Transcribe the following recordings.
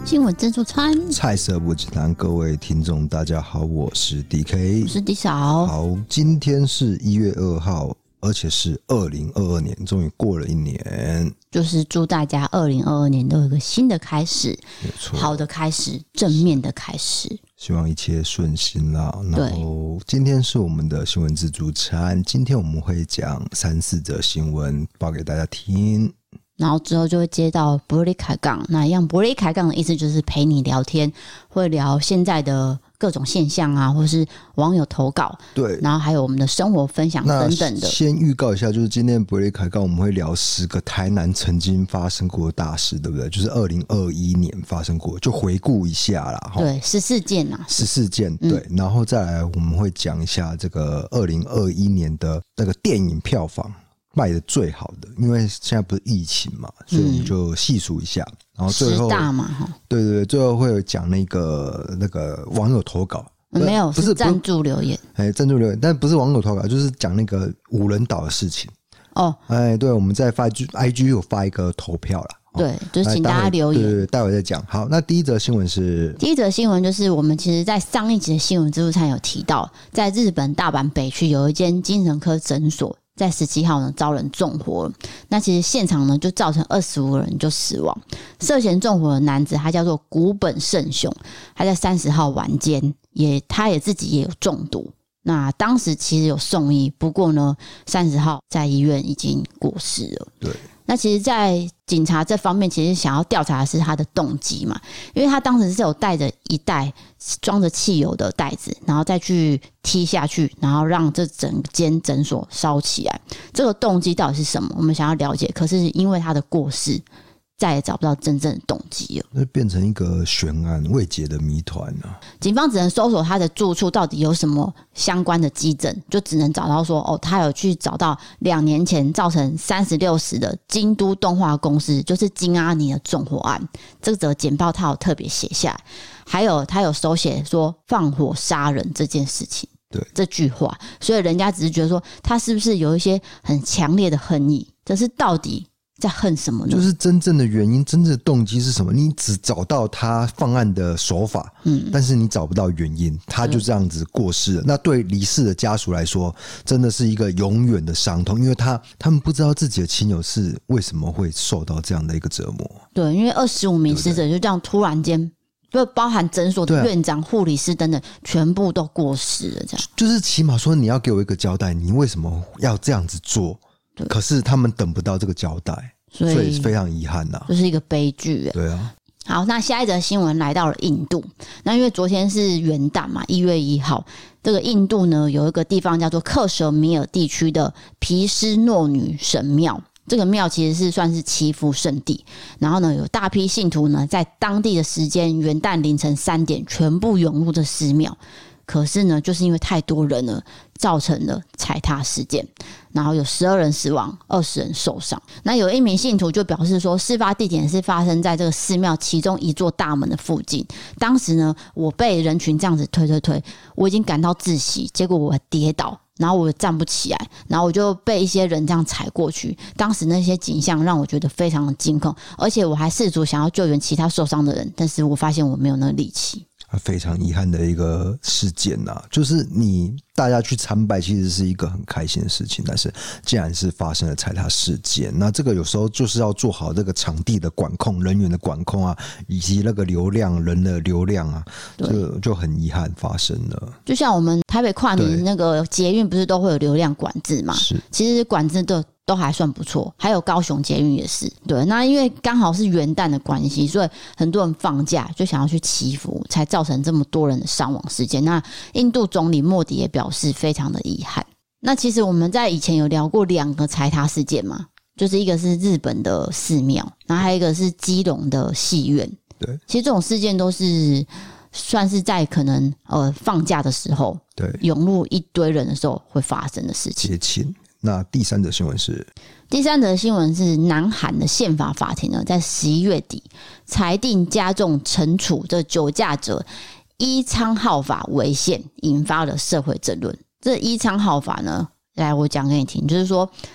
新闻自助餐， 菜色不简单，各位听众大家好，我是 DK， 我是 D 嫂。 好，今天是1月2号，而且是2022年，终于过了一年， 就是祝大家2022年都有一个新的开始， 没错， 好的开始，正面的开始， 希望一切顺心啦。然后今天是我们的新闻自助餐，今天我们会讲3-4则新闻报给大家听。 然后之后就会接到伯利开杠，那一样伯利开杠的意思就是陪你聊天，会聊现在的各种现象啊，或是网友投稿， 对， 然后还有我们的生活分享等等的。 先预告一下，就是今天伯利开杠我们会聊10个台南曾经发生过的大事，对不对？就是2021年发生过，就回顾一下啦。 对，14件啊 ，14件，对，然后再来我们会讲一下这个2021年的那个电影票房卖的最好的，因为现在不是疫情嘛，所以我们就细数一下，然后最后 10大嘛， 对对对，最后会有讲那个网友投稿， 没有，是赞助留言， 赞助留言，但不是网友投稿，就是讲那个无人岛的事情。 哦， 对，我们在IG 有发一个投票啦。 对，就是请大家留言。 对，待会再讲。好，那第一则新闻就是我们其实在上一集的新闻自助餐有提到，在日本大阪北区有一间精神科诊所，在17号呢遭人纵火，那其实现场呢就造成25人就死亡。涉嫌纵火的男子他叫做古本胜雄，他在30号晚间他也自己也有中毒。那当时其实有送医，不过呢30号在医院已经过世了。 对。 那其实在警察这方面其实想要调查的是他的动机嘛，因为他当时是有带着一袋装着汽油的袋子，然后再去踢下去，然后让这整间诊所烧起来。这个动机到底是什么？我们想要了解，可是因为他的过世，再也找不到真正的动机了， 那变成一个悬案未解的谜团啊。 警方只能搜索他的住处到底有什么相关的基证，就只能找到说他有去找到2年前造成36死的京都动画公司，就是金阿尼的纵火案。这则简报他有特别写下来，还有他有手写说放火杀人这件事情， 对这句话，所以人家只是觉得说他是不是有一些很强烈的恨意，这是到底在恨什么呢？ 就是真正的原因，真正的动机是什么？你只找到他犯案的手法，但是你找不到原因，他就这样子过世了。那对离世的家属来说，真的是一个永远的伤痛，因为他们不知道自己的亲友是为什么会受到这样的一个折磨。 对，因为25名死者就这样突然间，就包含诊所的院长、护理师等等，全部都过世了。这样就是起码说你要给我一个交代，你为什么要这样子做？可是他们等不到这个交代，所以非常遗憾呐， 就是一个悲剧。 对啊。 好，那下一则新闻来到了印度。那因为昨天是元旦嘛，1月1号，这个印度呢有一个地方叫做克什米尔地区的毗湿诺女神庙。这个庙其实是算是祈福圣地，然后呢，有大批信徒呢在当地的时间元旦凌晨3点全部涌入这寺庙。可是呢，就是因为太多人了，造成了踩踏事件，然后有12人死亡，20人受伤。那有一名信徒就表示说，事发地点是发生在这个寺庙其中一座大门的附近。当时呢，我被人群这样子推，我已经感到窒息，结果我跌倒，然后我站不起来，然后我就被一些人这样踩过去。当时那些景象让我觉得非常的惊恐，而且我还试图想要救援其他受伤的人，但是我发现我没有那个力气。 非常遗憾的一个事件啊，就是大家去参拜其实是一个很开心的事情，但是竟然是发生了踩踏事件。那这个有时候就是要做好这个场地的管控、人员的管控啊，以及那个人的流量啊，就很遗憾发生了。就像我们台北跨年那个捷运不是都会有流量管制嘛？是，其实管制都还算不错，还有高雄捷运也是。对，那因为刚好是元旦的关系，所以很多人放假就想要去祈福，才造成这么多人的伤亡事件。那印度总理莫迪也表示非常的遗憾。那其实我们在以前有聊过2个踩踏事件嘛，就是一个是日本的寺庙，然后还有一个是基隆的戏院。对，其实这种事件都是算是在可能放假的时候，对，涌入一堆人的时候会发生的事情。 节庆。那第3则新闻是南韩的宪法法庭呢，在11月底裁定加重惩处这酒驾者依昌号法违宪，引发了社会争论。这依昌号法呢，来我讲给你听，就是说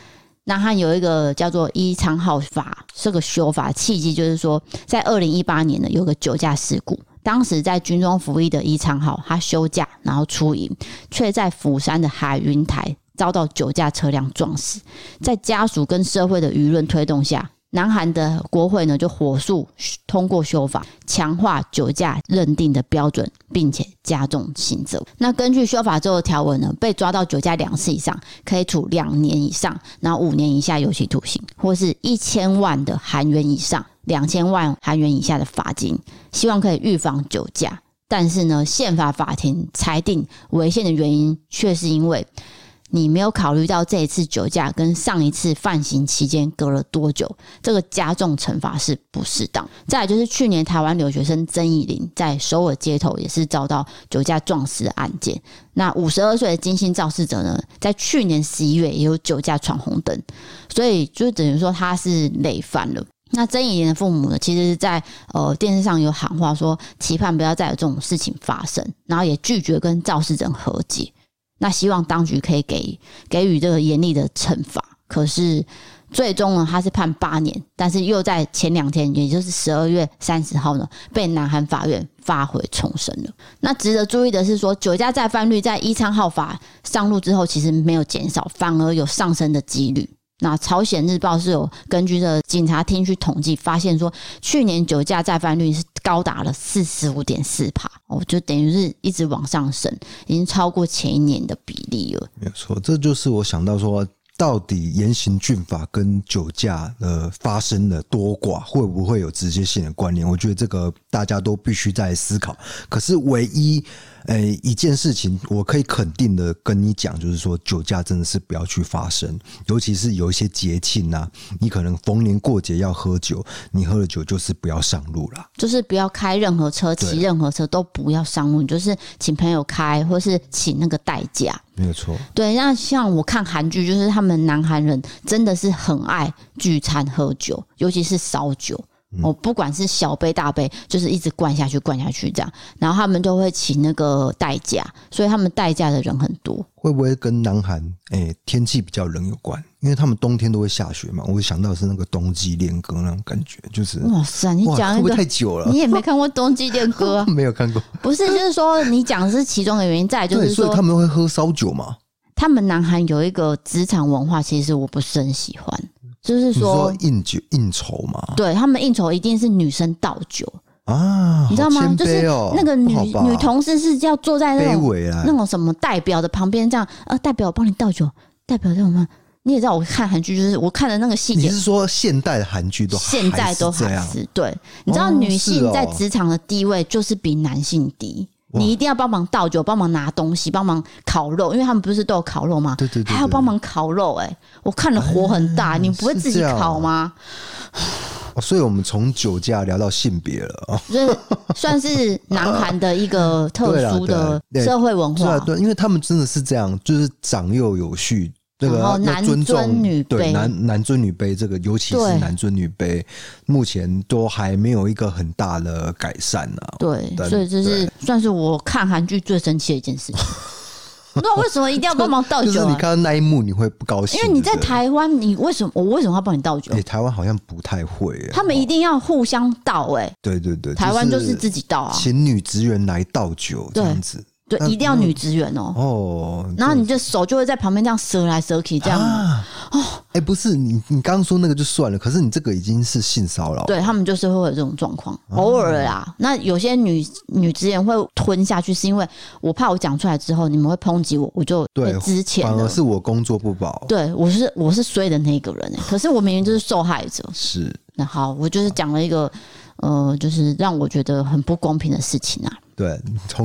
南韩有一个叫做伊昌号法，这个修法契机就是说，在2018年呢有个酒驾事故，当时在军中服役的伊昌号，他休假然后出营，却在釜山的海云台遭到酒驾车辆撞死。在家属跟社会的舆论推动下，南韩的国会呢就火速通过修法，强化酒驾认定的标准，并且加重刑责。那根据修法之后的条文呢，被抓到酒驾2次以上，可以处2年以上，然后5年以下有期徒刑，或是1000万的韩元以上2000万韩元以下的罚金，希望可以预防酒驾。但是呢，宪法法庭裁定违宪的原因，却是因为你没有考虑到这一次酒驾跟上一次犯行期间隔了多久，这个加重惩罚是不适当。再来就是去年台湾留学生曾以玲在首尔街头也是遭到酒驾撞死的案件。那52岁的金姓肇事者呢，在去年11月也有酒驾闯红灯，所以就等于说他是累犯了。那曾以玲的父母呢，其实是在电视上有喊话说，期盼不要再有这种事情发生，然后也拒绝跟肇事者和解。那希望当局可以给予这个严厉的惩罚，可是最终呢，他是判8年，但是又在前2天，也就是12月30号呢，被南韩法院发回重审了。那值得注意的是说，酒驾再犯率在伊昌号法上路之后，其实没有减少，反而有上升的几率。那朝鲜日报是有根据这警察厅去统计，发现说去年酒驾再犯率是高达了 45.4%， 就等于是一直往上升，已经超过前一年的比例了。 没有错，这就是我想到说，到底严刑峻法跟酒驾发生的多寡会不会有直接性的关联？我觉得这个大家都必须在思考。可是唯一一件事情我可以肯定的跟你讲，就是说酒驾真的是不要去发生，尤其是有一些节庆啊，你可能逢年过节要喝酒，你喝了酒就是不要上路啦， 就是不要开任何车，骑任何车都不要上路，你就是请朋友开，或是请那个代驾。 没有错， 对，那像我看韩剧，就是他们南韩人真的是很爱聚餐喝酒，尤其是烧酒。不管是小杯大杯，就是一直灌下去这样，然后他们就会请那个代驾，所以他们代驾的人很多。 会不会跟南韩天气比较冷有关？因为他们冬天都会下雪嘛，我想到的是那个冬季恋歌那种感觉，就是哇塞，你讲会不会太久了？ 你也没看过冬季恋歌啊？ 没有看过， 不是，就是说你讲的是其中的原因，再来就是说， 所以他们会喝烧酒嘛？ 他们南韩有一个职场文化，其实我不是很喜欢。就是说应酬嘛， 对，他们应酬一定是女生倒酒啊， 你知道吗？就是那个女同事是要坐在那种什么代表的旁边，这样代表我帮你倒酒，代表这种吗？你也知道，我看韩剧就是我看的那个细节。 你是说现代的韩剧现在都还是对？你知道女性在职场的地位就是比男性低。你一定要帮忙倒酒，帮忙拿东西，帮忙烤肉，因为他们不是都有烤肉吗？ 对对对， 还要帮忙烤肉。我看了火很大，你不会自己烤吗？ 所以我们从酒驾聊到性别了， 就是算是南韩的一个特殊的社会文化。 对，因为他们真的是这样，就是长幼有序。那个男尊女卑， 对男尊女卑，这个尤其是男尊女卑，目前都还没有一个很大的改善啊。 对，所以这是算是我看韩剧最生气的一件事情。不知道为什么一定要帮忙倒酒、 就是你看到那一幕你会不高兴， 因为你在台湾，我为什么要帮你倒酒？ 台湾好像不太会， 他们一定要互相倒。 对对对， 台湾就是自己倒啊， 请女职员来倒酒这样子。 对，一定要女职员哦。然后你就手就会在旁边这样折来折去这样。 不是你刚刚说那个就算了，可是你这个已经是性骚扰。 对，他们就是会有这种状况，偶尔啦。那有些女职员会吞下去，是因为我怕我讲出来之后你们会抨击我，我就会之前反而是我工作不保。 对，我是衰的那个人可是我明明就是受害者。 是。 那好，我就是讲了一个就是让我觉得很不公平的事情啊。 对，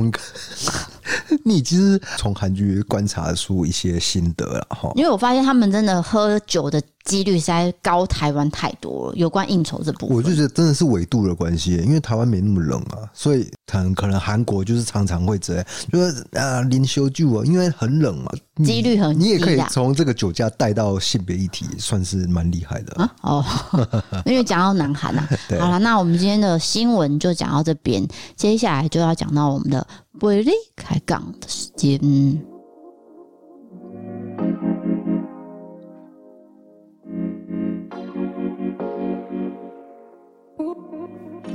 你其实从韩剧观察出一些心得了哈， 因为我发现他们真的喝酒的几率实在高台湾太多了。有关应酬这部分， 我就觉得真的是纬度的关系，因为台湾没那么冷啊，所以可能韩国就是常常会这样，就是啉烧酒啊，因为很冷嘛， 几率很低。 你也可以从这个酒驾带到性别议题，算是蛮厉害的因为讲到南韩啊，好了，那我们今天的新闻就讲到这边，接下来就要讲到我们的杯里开杠的时间。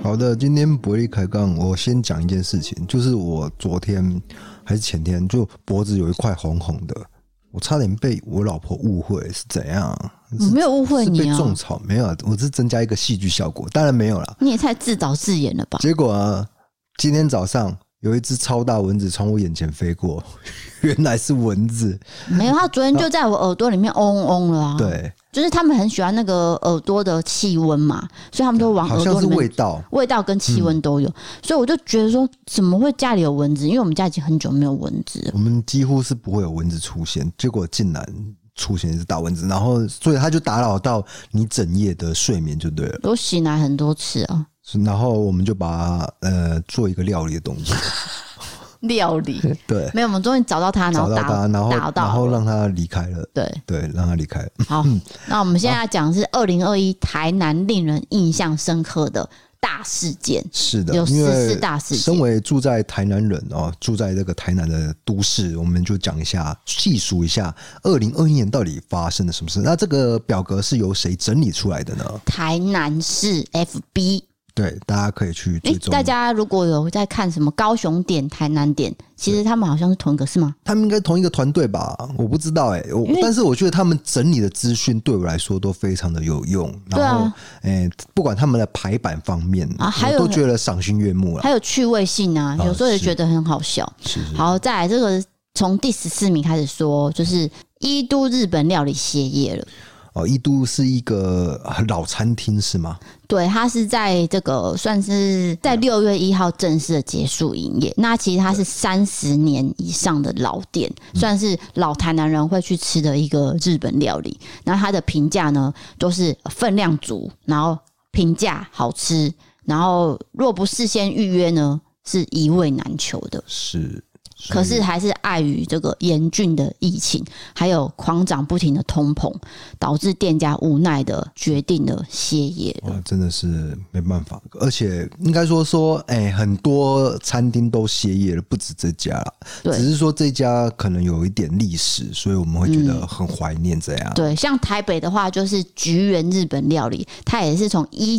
好的，今天伯利开杠，我先讲一件事情，就是我昨天还是前天，就脖子有一块红红的，我差点被我老婆误会是怎样？ 我没有误会你啊， 是被种草没有？我是增加一个戏剧效果，当然没有啦。 你也太自导自演了吧？ 结果啊，今天早上有一只超大蚊子从我眼前飞过，原来是蚊子。 没有，他昨天就在我耳朵里面嗡嗡了啊。 对。 就是他们很喜欢那个耳朵的气温嘛，所以他们都往耳朵里面。 好像是味道跟气温都有，所以我就觉得说，怎么会家里有蚊子？因为我们家已经很久没有蚊子了， 我们几乎是不会有蚊子出现，结果竟然出现一只大蚊子，然后所以它就打扰到你整夜的睡眠就对了。 我醒来很多次啊， 然后我们就把它做一个料理的动作。 料理对， 没有，我们终于找到他，然后然后让他离开了。对，让他离开了。 好，那我们现在讲的是2021台南令人印象深刻的大事件。 是的， 有14大事件。 身为住在台南人哦，住在这个台南的都市，我们就讲一下，细数一下2021年到底发生了什么事。那这个表格是由谁整理出来的呢？ 台南市 FB。 对，大家可以去追踪。 大家如果有在看什么高雄点、台南点，其实他们好像是同一个，是吗？ 他们应该同一个团队吧？我不知道但是我觉得他们整理的资讯对我来说都非常的有用。然后，不管他们的排版方面还有我都觉得赏心悦目了。 还有趣味性啊，有时候也觉得很好笑。 是。 好，再来这个从第14名开始说，就是一都日本料理歇业了。 一都是一个老餐厅是吗？ 对，它是在这个算是在6月1号正式的结束营业。那其实它是30年以上的老店，算是老台南人会去吃的一个日本料理。那它的评价呢，都是分量足，然后评价好吃，然后若不事先预约呢，是一位难求的。 是。 可是还是碍于这个严峻的疫情，还有狂涨不停的通膨，导致店家无奈的决定了歇业了。 哇，真的是没办法，而且应该说，很多餐厅都歇业了，不止这家啦。只是说这家可能有一点历史，所以我们会觉得很怀念这样。 对，像台北的话，就是菊园日本料理，它也是从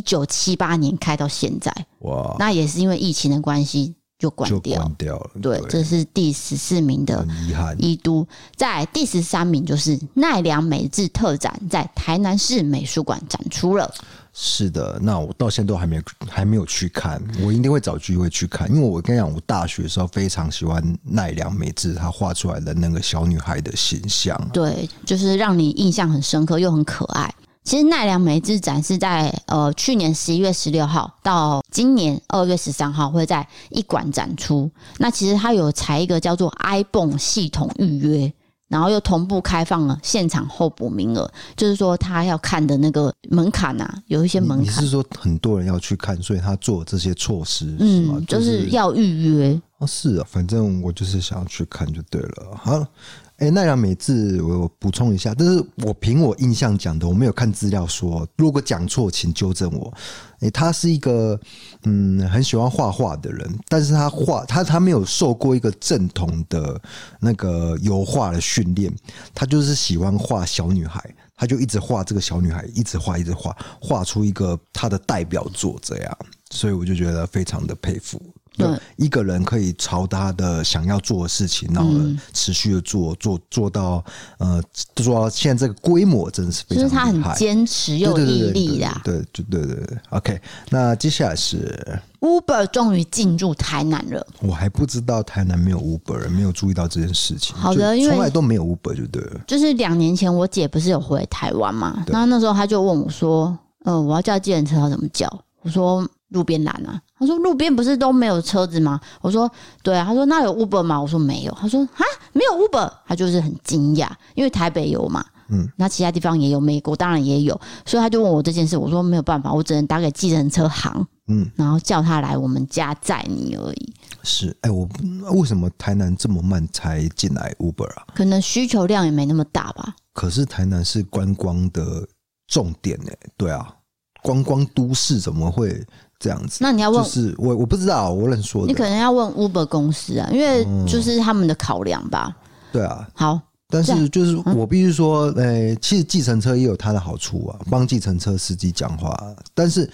1978年开到现在。哇，那也是因为疫情的关系。就关掉了。对，这是第14名的一都。在第13名就是奈良美智特展在台南市美术馆展出了。 是的，那我到现在都还没有去看，我一定会找机会去看，因为我跟你讲，我大学的时候非常喜欢奈良美智她画出来的那个小女孩的形象。 对，就是让你印象很深刻又很可爱。其实奈良美智展是在去年11月16号到今年2月13号会在一馆展出。那其实它有采一个叫做 iPhone 系统预约，然后又同步开放了现场候补名额，就是说他要看的那个门槛啊，有一些门槛。 你是说很多人要去看，所以他做这些措施是吗？ 就是要预约。 是啊，反正我就是想要去看就对了。好。奈良美智，我补充一下，但是我凭我印象讲的，我没有看资料说，如果讲错请纠正我。他是一个很喜欢画画的人，但是他没有受过一个正统的那个油画的训练，他就是喜欢画小女孩，他就一直画这个小女孩，一直画出一个他的代表作这样，所以我就觉得非常的佩服。对，一个人可以朝他的想要做的事情，然后持续的做到现在这个规模，真的是非常厉害。就是他很坚持又毅力啦。 对。OK， 那接下来是 Uber 终于进入台南了。 我还不知道台南没有 Uber， 没有注意到这件事情。 好的，因为从来都没有 Uber 就对了。 就是2年前我姐不是有回台湾嘛，那时候她就问我说：“我要叫计程车要怎么叫？”我说：“路边拦啊。”他说：“路边不是都没有车子吗？”我说：“对啊。”他说：“那有 Uber 吗？”我说：“没有。”他说：“哈，没有 Uber。”他就是很惊讶，因为台北有嘛。那其他地方也有，美国当然也有，所以他就问我这件事，我说没有办法，我只能打给计程车行，然后叫他来我们家载你而已。 是，我为什么台南这么慢才进来 Uber 啊？ 可能需求量也没那么大吧。 可是台南是观光的重点对啊，观光都市怎么会这样子？ 那你要问， 就是我不知道，我乱说的。 你可能要问 Uber 公司啊，因为就是他们的考量吧。 对啊， 好。 但是就是我必须说，其实计程车也有它的好处啊，帮计程车司机讲话。但是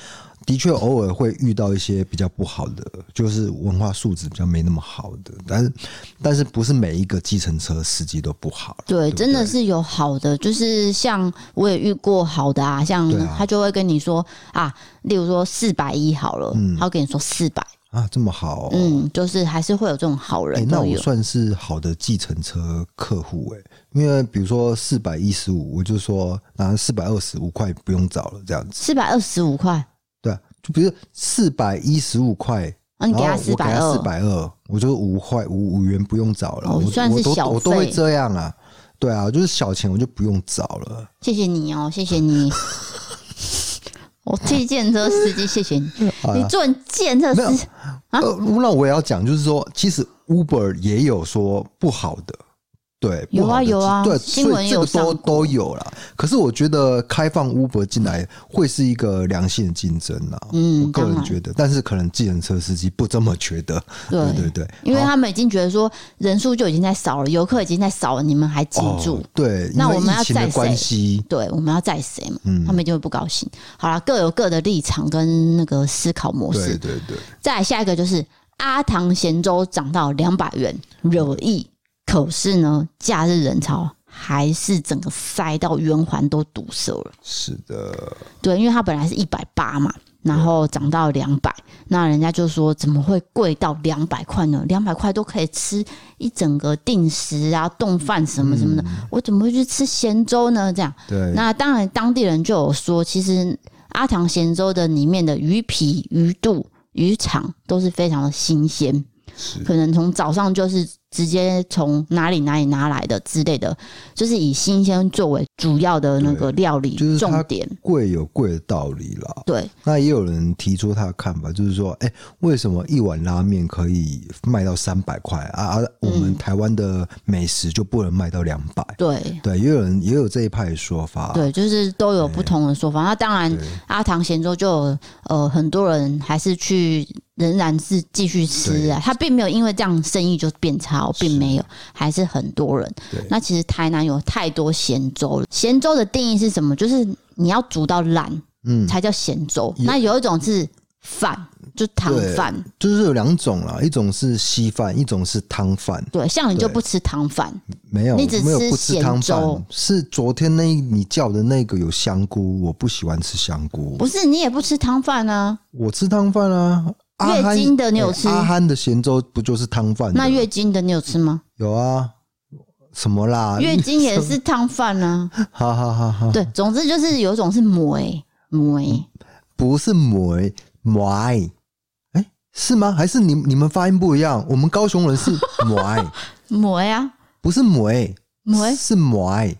的确偶尔会遇到一些比较不好的，就是文化素质比较没那么好的，但是不是每一个计程车司机都不好。 对， 对， 真的是有好的，就是像我也遇过好的啊，像他就会跟你说啊，例如说410好了，他会跟你说400。 啊，这么好哦。 就是还是会有这种好人都有。 那我算是好的计程车客户因为比如说415，我就说拿425块不用找了这样子。 425块， 对啊，就比如415块， 你给他我给他420，我就5元不用找了。 算是小费， 我都会这样啊。对啊，就是小钱我就不用找了。 谢谢你哦，谢谢你。我替计程车司机，谢谢你。你做计程车司机那我也要讲，就是说，其实 Uber 也有说不好的，对， 有啊有啊， 对， 新闻有所以这个都有啦。可是我觉得开放 Uber 进来会是一个良性的竞争啦，我个人觉得，但是可能计程车司机不这么觉得，对， 因为他们已经觉得说人数就已经在少了，游客已经在少了，你们还进驻， 对， 那我们要载谁？ 对，我们要载谁嘛？他们一定会不高兴。好啦，各有各的立场跟那个思考模式， 对。 再来下一个就是阿唐咸粥涨到200元，惹议。可是呢，假日人潮还是整个塞到圆环都堵塞了。 是的， 对，因为它本来是180嘛，然后涨到200，那人家就说怎么会贵到200块呢？200块都可以吃一整个定时啊、冻饭什么什么的，我怎么会去吃咸粥呢？这样， 对。 那当然，当地人就有说，其实阿唐咸粥的里面的鱼皮、鱼肚、鱼肠都是非常的新鲜，可能从早上就是直接从哪里拿来的之类的，就是以新鲜作为主要的那个料理重点。 就是它贵有贵的道理啦。 对， 那也有人提出他的看法，就是说，为什么一碗拉面可以卖到300块啊？我们台湾的美食就不能卖到200？对，也有这一派的说法。 对，就是都有不同的说法。那当然，阿唐咸粥就很多人还是仍然是继续吃啊，他并没有因为这样生意就变差，并没有，还是很多人。那其实台南有太多咸粥了，咸粥的定义是什么？就是你要煮到烂，才叫咸粥。那有一种是饭，就汤饭， 就是有2种啦，一种是稀饭，一种是汤饭。 对，像你就不吃汤饭， 没有， 你只吃咸粥。 是昨天你叫的那个有香菇，我不喜欢吃香菇。 不是，你也不吃汤饭啊？ 我吃汤饭啊。 月经的你有吃？ 阿憨的咸粥不就是汤饭？ 那月经的你有吃吗？ 有啊。什么啦？ 月经也是汤饭啊。 好。 对，总之就是有一种是梅， 不是梅，是吗？还是你们发音不一样？我们高雄人是梅啊， 不是梅是梅，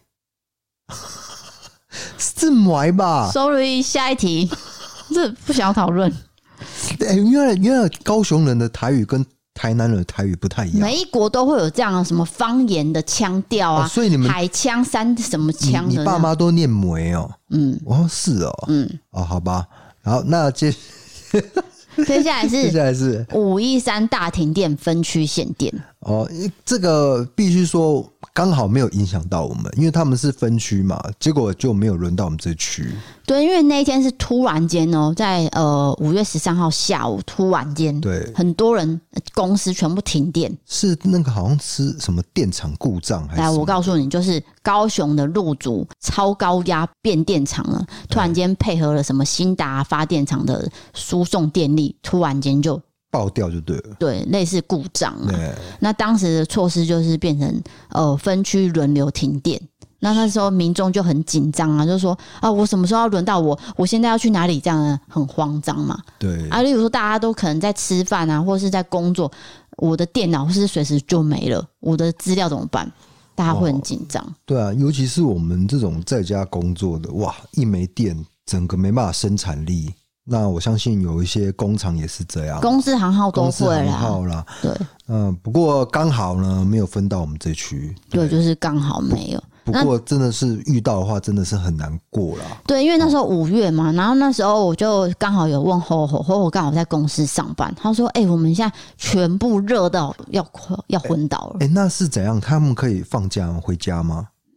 是梅吧 ？Sorry， 下一题，这不想讨论。 原来高雄人的台语跟台南人的台语不太一样， 每一国都会有这样的什么方言的腔调啊， 所以你们海腔、山什么腔的， 你爸妈都念梅哦，是哦，好吧，然后那接下来是513大停电分区限电这个必须说刚好没有影响到我们，因为他们是分区嘛，结果就没有轮到我们这区。 对，因为那一天是突然间在5月13号下午突然间， 对， 很多人公司全部停电， 是那个好像是什么电厂故障还是？来， 我告诉你，就是高雄的路竹超高压变电厂呢，突然间配合了什么新达发电厂的输送电力，突然间就爆掉就对了， 对，类似故障啊。那当时的措施就是变成分区轮流停电。那时候民众就很紧张啊，就说啊，我什么时候要轮到我？我现在要去哪里？这样很慌张嘛。 对啊，例如说大家都可能在吃饭啊，或是在工作，我的电脑是随时就没了，我的资料怎么办？大家会很紧张。 对啊，尤其是我们这种在家工作的，哇，一没电，整个没办法生产力。那我相信有一些工厂也是这样， 公司行号都会啦。 对， 不过刚好呢，没有分到我们这区。 对，就是刚好没有。 不过真的是遇到的话，真的是很难过啦。 对，因为那时候5月嘛，然后那时候我就刚好有问吼刚好在公司上班，他说：“我们现在全部热到要昏倒了。” 那是怎样？他们可以放假回家吗？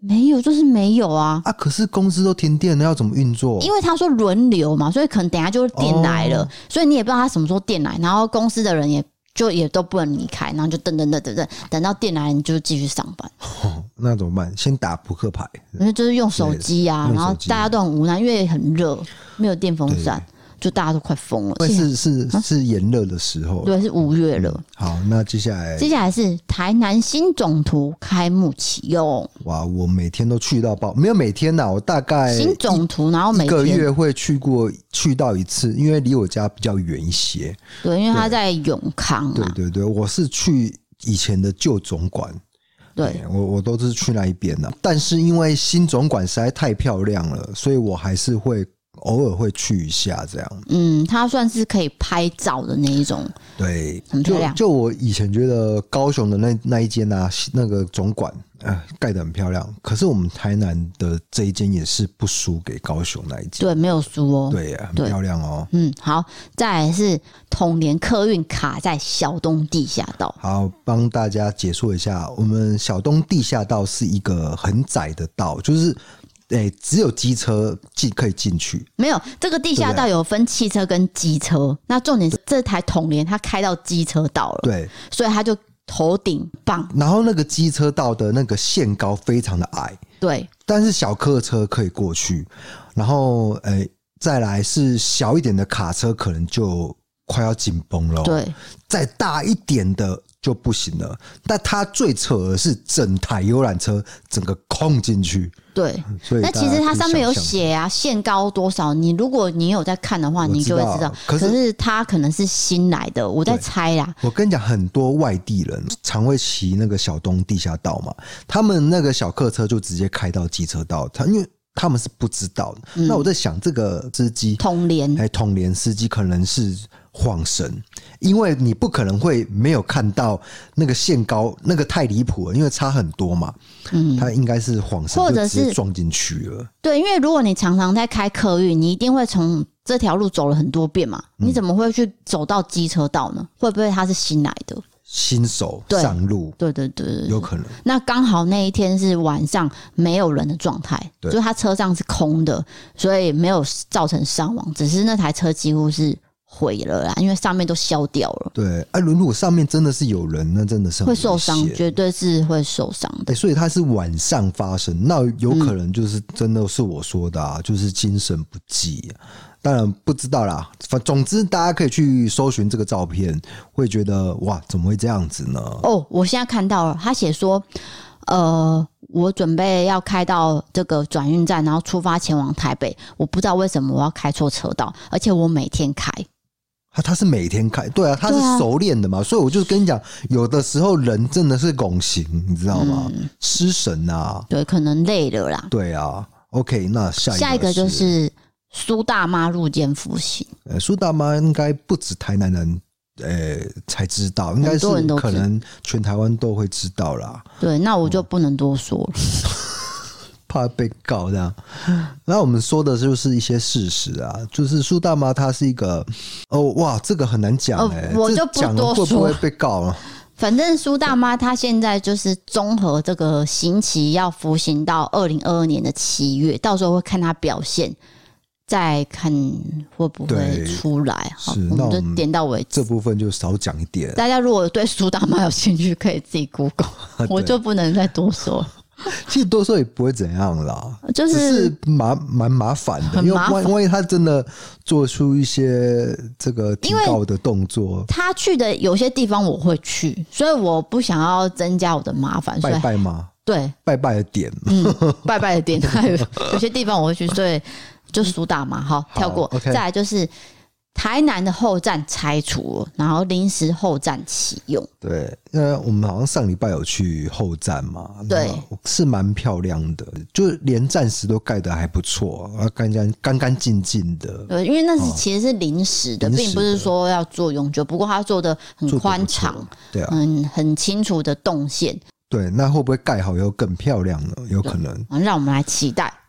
没有，就是没有啊。 可是公司都停电了，要怎么运作？ 因为他说轮流嘛，所以可能等一下就电来了，所以你也不知道他什么时候电来，然后公司的人也都不能离开，然后就等到电来你就继续上班。 那怎么办？先打扑克牌， 因为就是用手机啊，然后大家都很无奈，因为很热，没有电风扇。就大家都快疯了， 是炎热的时候， 对，是5月了。 好，那接下来是台南新总图开幕启用。 哇，我每天都去到爆，没有每天啦，我大概新总图，然后每天 1个月会去到一次，因为离我家比较远一些。 对，因为他在永康啊。 对，我是去以前的旧总馆。对，我都是去那一边的，但是因为新总馆实在太漂亮了，所以我还是会偶尔会去一下这样。 它算是可以拍照的那一种。 对， 很漂亮。 就我以前觉得高雄的那一间啊，那个总馆盖得很漂亮，可是我们台南的这一间也是不输给高雄那一间。 对，没有输哦。 对，很漂亮哦。 好，再来是统联客运卡在小东地下道。 好，帮大家解说一下，我们小东地下道是一个很窄的道，就是只有机车可以进去。 没有，这个地下道有分汽车跟机车，那重点是这台统联它开到机车道了， 对， 所以它就头顶棒。 然后那个机车道的那个限高非常的矮， 对， 但是小客车可以过去，然后再来是小一点的卡车可能就快要紧绷了， 对， 再大一点的就不行了。但它最扯的是整台游览车整个空进去。 对， 所以那其实它上面有写啊，限高多少。如果你有在看的话，你就会知道。可是它可能是新来的，我在猜啦。 我跟你讲，很多外地人常会骑那个小东地下道嘛，他们那个小客车就直接开到机车道，因为他们是不知道的。那我在想，这个司机统联司机可能是晃神，因为你不可能会没有看到那个限高，那个太离谱了，因为差很多嘛。他应该是晃神， 或者是就直接撞进去了。 对，因为如果你常常在开客运，你一定会从这条路走了很多遍嘛，你怎么会去走到机车道呢？会不会他是新来的？ 新手上路， 对， 有可能。 那刚好那一天是晚上没有人的状态，就是他车上是空的，所以没有造成伤亡，只是那台车几乎是毁了啦，因为上面都消掉了。 对，如果上面真的是有人，那真的是很会受伤，绝对是会受伤的。 所以它是晚上发生，那有可能就是真的是我说的啊，就是精神不济。当然不知道啦，总之大家可以去搜寻这个照片，会觉得哇，怎么会这样子呢？ 我现在看到了，他写说，我准备要开到这个转运站，然后出发前往台北，我不知道为什么我要开错车道，而且我每天开。 他是每天开，对啊，他是熟练的嘛，所以我就跟你讲，有的时候人真的是拱形，你知道吗？失神啊， 对，可能累了啦。 对啊 ，OK， 那下一个就是苏大妈入监服刑。 苏大妈应该不止台南人才知道，应该是可能全台湾都会知道啦。 对，那我就不能多说了。 怕被告这样，那我们说的就是一些事实啊，就是苏大妈她是一个哇，这个很难讲我就不多说， 会不会被告啊？ 反正苏大妈她现在就是综合这个刑期要服刑到2022年的7月，到时候会看她表现，再看会不会出来。好，我们就点到为止， 这部分就少讲一点。 大家如果对苏大妈有兴趣，可以自己 Google， 我就不能再多说了。 其实多说也不会怎样啦， 就是蛮麻烦的，因为万一他真的做出一些这个提告的动作， 他去的有些地方我会去，所以我不想要增加我的麻烦。 拜拜吗？ 对， 拜拜的点， 拜拜的点，有些地方我会去，所以就苏大妈，好跳过。 Okay， 再来就是台南的后站拆除了，然后临时后站启用。 对，因为我们好像上礼拜有去后站嘛， 对， 是蛮漂亮的，就连站时都盖得还不错，干干净净的。 对，因为那是其实是临时的，并不是说要做永久，不过它做的很宽敞， 对啊， 很清楚的动线。 对，那会不会盖好以后更漂亮呢？有可能， 让我们来期待。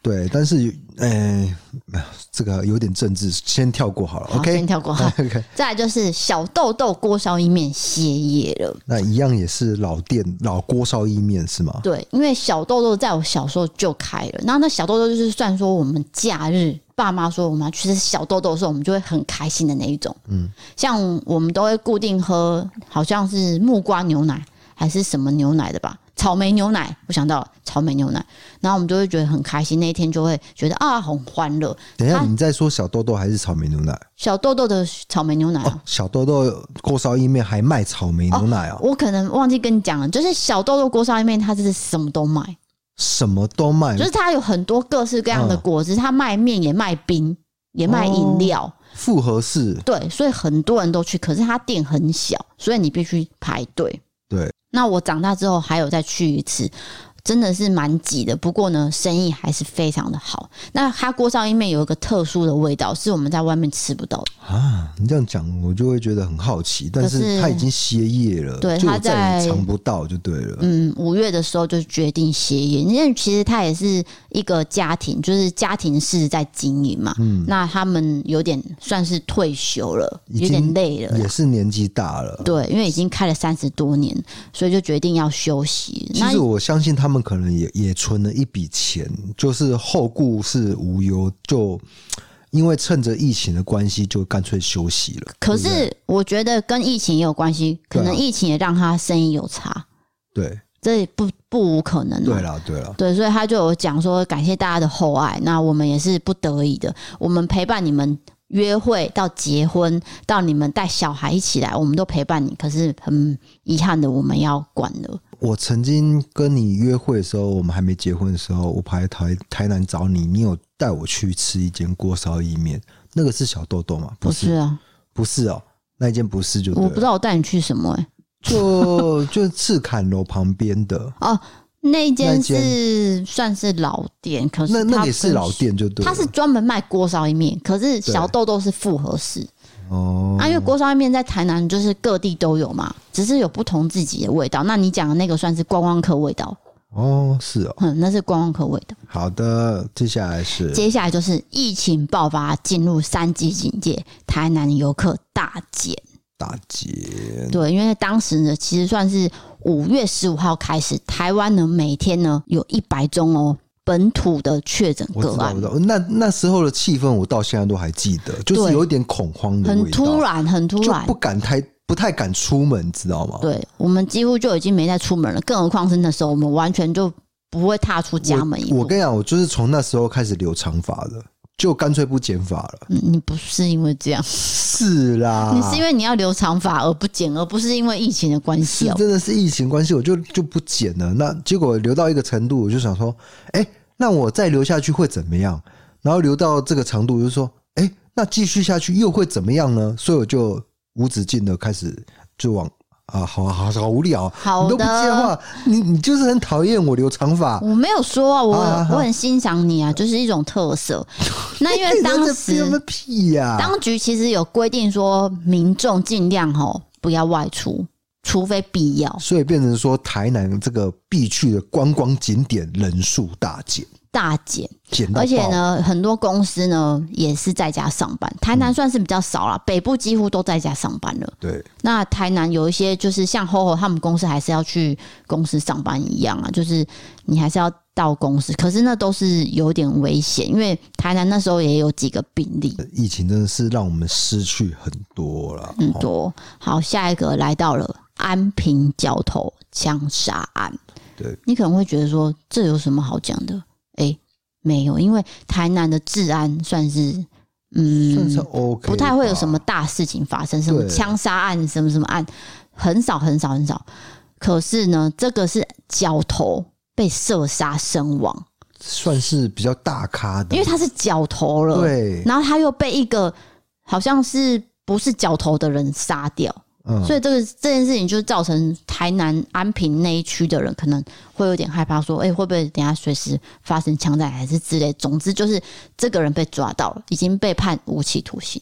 对，但是这个有点政治，先跳过好了。 好 OK， 先跳过好。 OK， 再来就是小豆豆锅烧意面歇业了。 那一样也是老店老锅烧意面是吗？ 对，因为小豆豆在我小时候就开了，然后那小豆豆就是算说我们假日爸妈说我们要去吃小豆豆的时候，我们就会很开心的那一种。像我们都会固定喝，好像是木瓜牛奶还是什么牛奶的吧。草莓牛奶，我想到了草莓牛奶，然后我们就会觉得很开心，那一天就会觉得啊很欢乐。 等一下，你在说小豆豆还是草莓牛奶？ 小豆豆的草莓牛奶啊， 小豆豆锅烧意面还卖草莓牛奶啊？ 我可能忘记跟你讲了，就是小豆豆锅烧意面，它是什么都卖， 什么都卖， 就是它有很多各式各样的果汁，它卖面也卖冰，也卖饮料， 复合式。 对，所以很多人都去，可是它店很小，所以你必须排队。 对， 那我长大之后还有再去一次，真的是蛮挤的，不过呢，生意还是非常的好。那它锅烧意面有一个特殊的味道，是我们在外面吃不到的啊。你这样讲，我就会觉得很好奇，但是它已经歇业了， 对， 就它再也尝不到就对了。 5月的时候就决定歇业，因为其实它也是一个家庭，就是家庭式在经营嘛。那他们有点算是退休了，有点累了， 也是年纪大了。 对，因为已经开了30多年，所以就决定要休息。 其实我相信他们可能也存了一笔钱，就是后顾是无忧，就因为趁着疫情的关系，就干脆休息了。 可是我觉得跟疫情也有关系，可能疫情也让他生意有差。 对， 这不无可能。 对啦，对啦， 对，所以他就有讲说，感谢大家的厚爱，那我们也是不得已的，我们陪伴你们约会到结婚，到你们带小孩一起来，我们都陪伴你。可是很遗憾的，我们要管了。 我曾经跟你约会的时候，我们还没结婚的时候，我跑来台南找你，你有带我去吃一间锅烧意面，那个是小豆豆吗？ 不是啊， 不是哦，那一间不是就对了。 我不知道我带你去什么就赤坎楼旁边的哦。那一间是算是老店，可是那也是老店就对了。 它是专门卖锅烧意面，可是小豆豆是复合式。 哦， 因为锅烧意面在台南就是各地都有嘛，只是有不同自己的味道。那你讲的那个算是观光客味道哦，是哦， 那是观光客味道。 好的，接下来就是疫情爆发，进入3级警戒，台南游客大减。对，因为当时呢，其实算是5月15号开始，台湾呢每天呢有100宗本土的确诊个案。 我知道，那时候的气氛我到现在都还记得，就是有一点恐慌的味道， 很突然， 就不太敢出门，知道吗？ 对，我们几乎就已经没再出门了，更何况是那时候我们完全就不会踏出家门一步。 我跟你讲，我就是从那时候开始留长发的。就干脆不剪发了。 你不是因为这样？ 是啦， 你是因为你要留长发而不剪，而不是因为疫情的关系。 真的是疫情关系，我就不剪了。那结果留到一个程度，我就想说，那我再留下去会怎么样？然后留到这个长度，就说，那继续下去又会怎么样呢？所以我就无止境的开始就往。好无聊，你都不接话，你就是很讨厌我留长发。 我没有说啊，我很欣赏你啊，就是一种特色。那因为当时当局其实有规定说，民众尽量不要外出，除非必要。 所以变成说，台南这个必去的观光景点人数大减。而且呢，很多公司呢也是在家上班。台南算是比较少啦，北部几乎都在家上班了。 对， 那台南有一些就是像 HOHO 他们公司还是要去公司上班一样啊，就是你还是要到公司，可是那都是有点危险，因为台南那时候也有几个病例。 疫情真的是让我们失去很多了， 很多。好，下一个来到了安平角头枪杀案。 对， 你可能会觉得说这有什么好讲的？没有，因为台南的治安算是算是 OK， 不太会有什么大事情发生，什么枪杀案、什么案，很少。可是呢，这个是角头被射杀身亡， 算是比较大咖的， 因为他是角头了， 对， 然后他又被一个好像是不是角头的人杀掉。所以这件事情就造成台南安平那一区的人可能会有点害怕说，会不会等一下随时发生枪战还是之类。总之就是这个人被抓到了，已经被判无期徒刑了。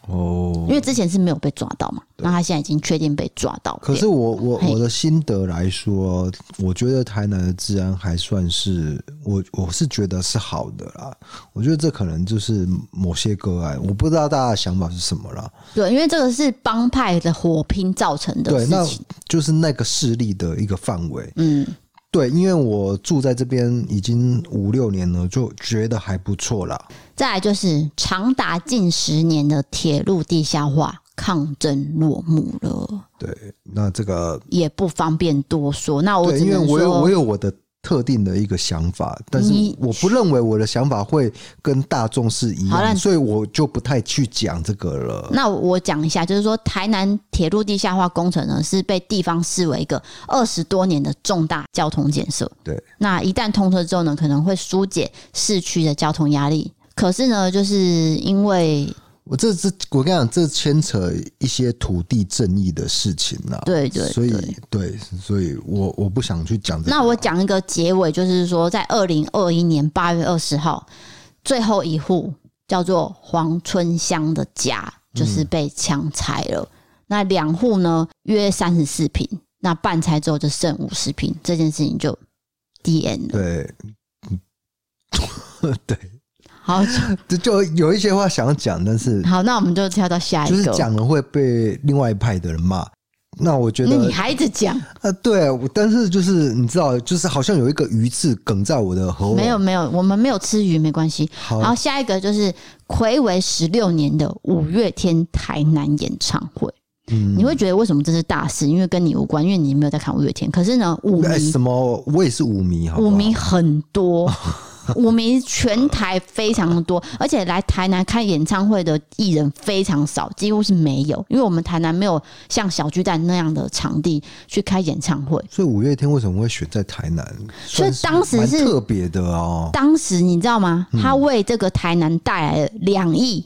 因为之前是没有被抓到嘛，那他现在已经确定被抓到。 可是我的心得来说，我觉得台南的治安还算是我是觉得是好的啦。我觉得这可能就是某些个案，我不知道大家的想法是什么啦。 对，因为这个是帮派的火拼造成的事情， 对，那就是那个势力的一个范围。对，因为我住在这边已经5-6年了，就觉得还不错啦。 再来就是长达近10年的铁路地下化抗争落幕了。 对，那这个也不方便多说。那我只能说， 因为我有我的特定的一个想法，但是我不认为我的想法会跟大众是一样，所以我就不太去讲这个了。 那我讲一下，就是说台南铁路地下化工程呢，是被地方视为一个20多年的重大交通建设。 对， 那一旦通车之后呢，可能会疏解市区的交通压力。可是呢，就是因为我跟你讲，这牵扯一些土地正义的事情啦。 对，所以我不想去讲这个。 那我讲一个结尾，就是说，在2021年8月20号，最后一户叫做黄春香的家，就是被强拆了。那2户呢，约34坪，那半拆之后就剩50坪，这件事情就 DN 了。 对，对。 好， 就有一些话想要讲，但是好，那我们就跳到下一个， 就是讲了会被另外一派的人骂。那我觉得你还一直讲对，但是就是你知道，就是好像有一个鱼刺梗在我的喉咙。 没有，我们没有吃鱼，没关系。然后下一个就是睽违16年的5月天台南演唱会。你会觉得为什么这是大事？因为跟你无关，因为你没有在看5月天。可是呢，舞迷什么？我也是舞迷，好不好？ 舞迷很多。舞迷全台非常的多，而且来台南看演唱会的艺人非常少，几乎是没有，因为我们台南没有像小巨蛋那样的场地去开演唱会。 所以5月天为什么会选在台南？ 所以当时是特别的哦。 当时你知道吗？他为这个台南带来了2亿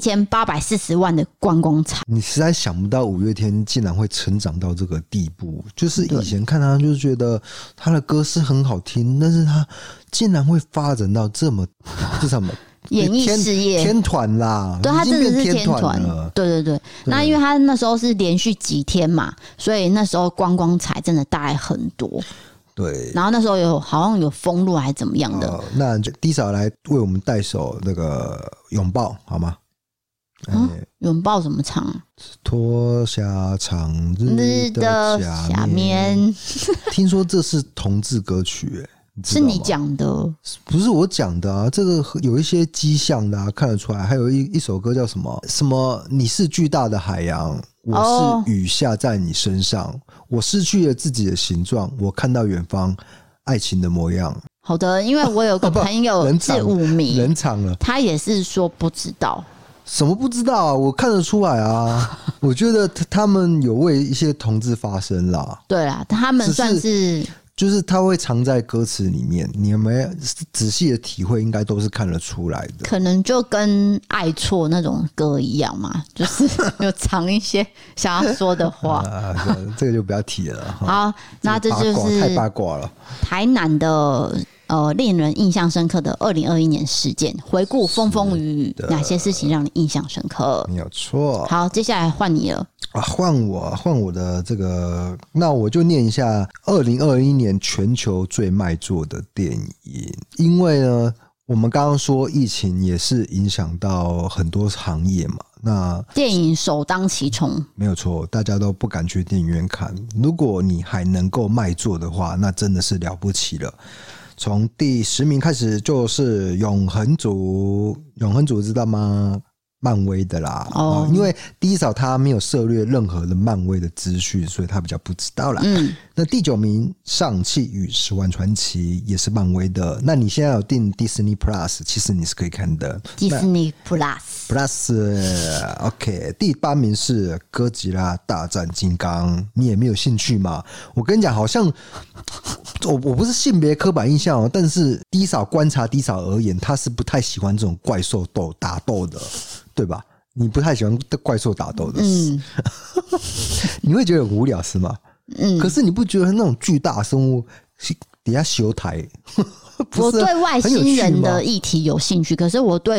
7840万的观光财。 你实在想不到5月天竟然会成长到这个地步，就是以前看他就是觉得他的歌是很好听，但是他竟然会发展到这什么演艺事业天团啦。 对，他真的是天团了。对，那因为他那时候是连续几天嘛，所以那时候观光财真的带来很多。 对， 然后那时候好像有封路还是怎么样的。 那D嫂来为我们带首那个拥抱好吗？ 拥抱怎么唱？ 脱下长日的下面。听说这是同志歌曲是你讲的， 不是我讲的啊！这个有一些迹象的看得出来。还有一首歌叫什么？你是巨大的海洋，我是雨下在你身上，我失去了自己的形状，我看到远方爱情的模样。 好的，因为我有个朋友是舞迷， 冷场了， 他也是说不知道。 什么不知道啊？我看得出来啊！我觉得他们有为一些同志发声啦。 对啦，他们算是。 就是他会藏在歌词里面，你有没有仔细的体会？应该都是看得出来的。 可能就跟爱错那种歌一样嘛，就是有藏一些想要说的话。 这个就不要提了。 好，那这就是太八卦了。 台南的令人印象深刻的2021年事件，回顾风风雨雨，哪些事情让你印象深刻？ 没有错。 好，接下来换你了。 换我的这个，那我就念一下2021年全球最卖座的电影。因为呢，我们刚刚说疫情也是影响到很多行业嘛，那电影首当其冲， 没有错，大家都不敢去电影院看。如果你还能够卖座的话，那真的是了不起了。从第10名开始就是永恒族知道吗？漫威的啦，因为第一嫂他没有涉猎任何的漫威的资讯，所以他比较不知道啦。那第9名上汽与10万传奇也是漫威的。那你现在有订 Disney Plus， 其实你是可以看的。 Disney Plus OK。第8名是哥吉拉大战金刚，你也没有兴趣吗？我跟你讲，好像我不是性别刻板印象但是D嫂观察D嫂而言，他是不太喜欢这种怪兽打斗的。对吧？你不太喜欢怪兽打斗的事，你会觉得很无聊是吗？可是你不觉得那种巨大生物底下修台？ 我对外星人的议题有兴趣，可是我对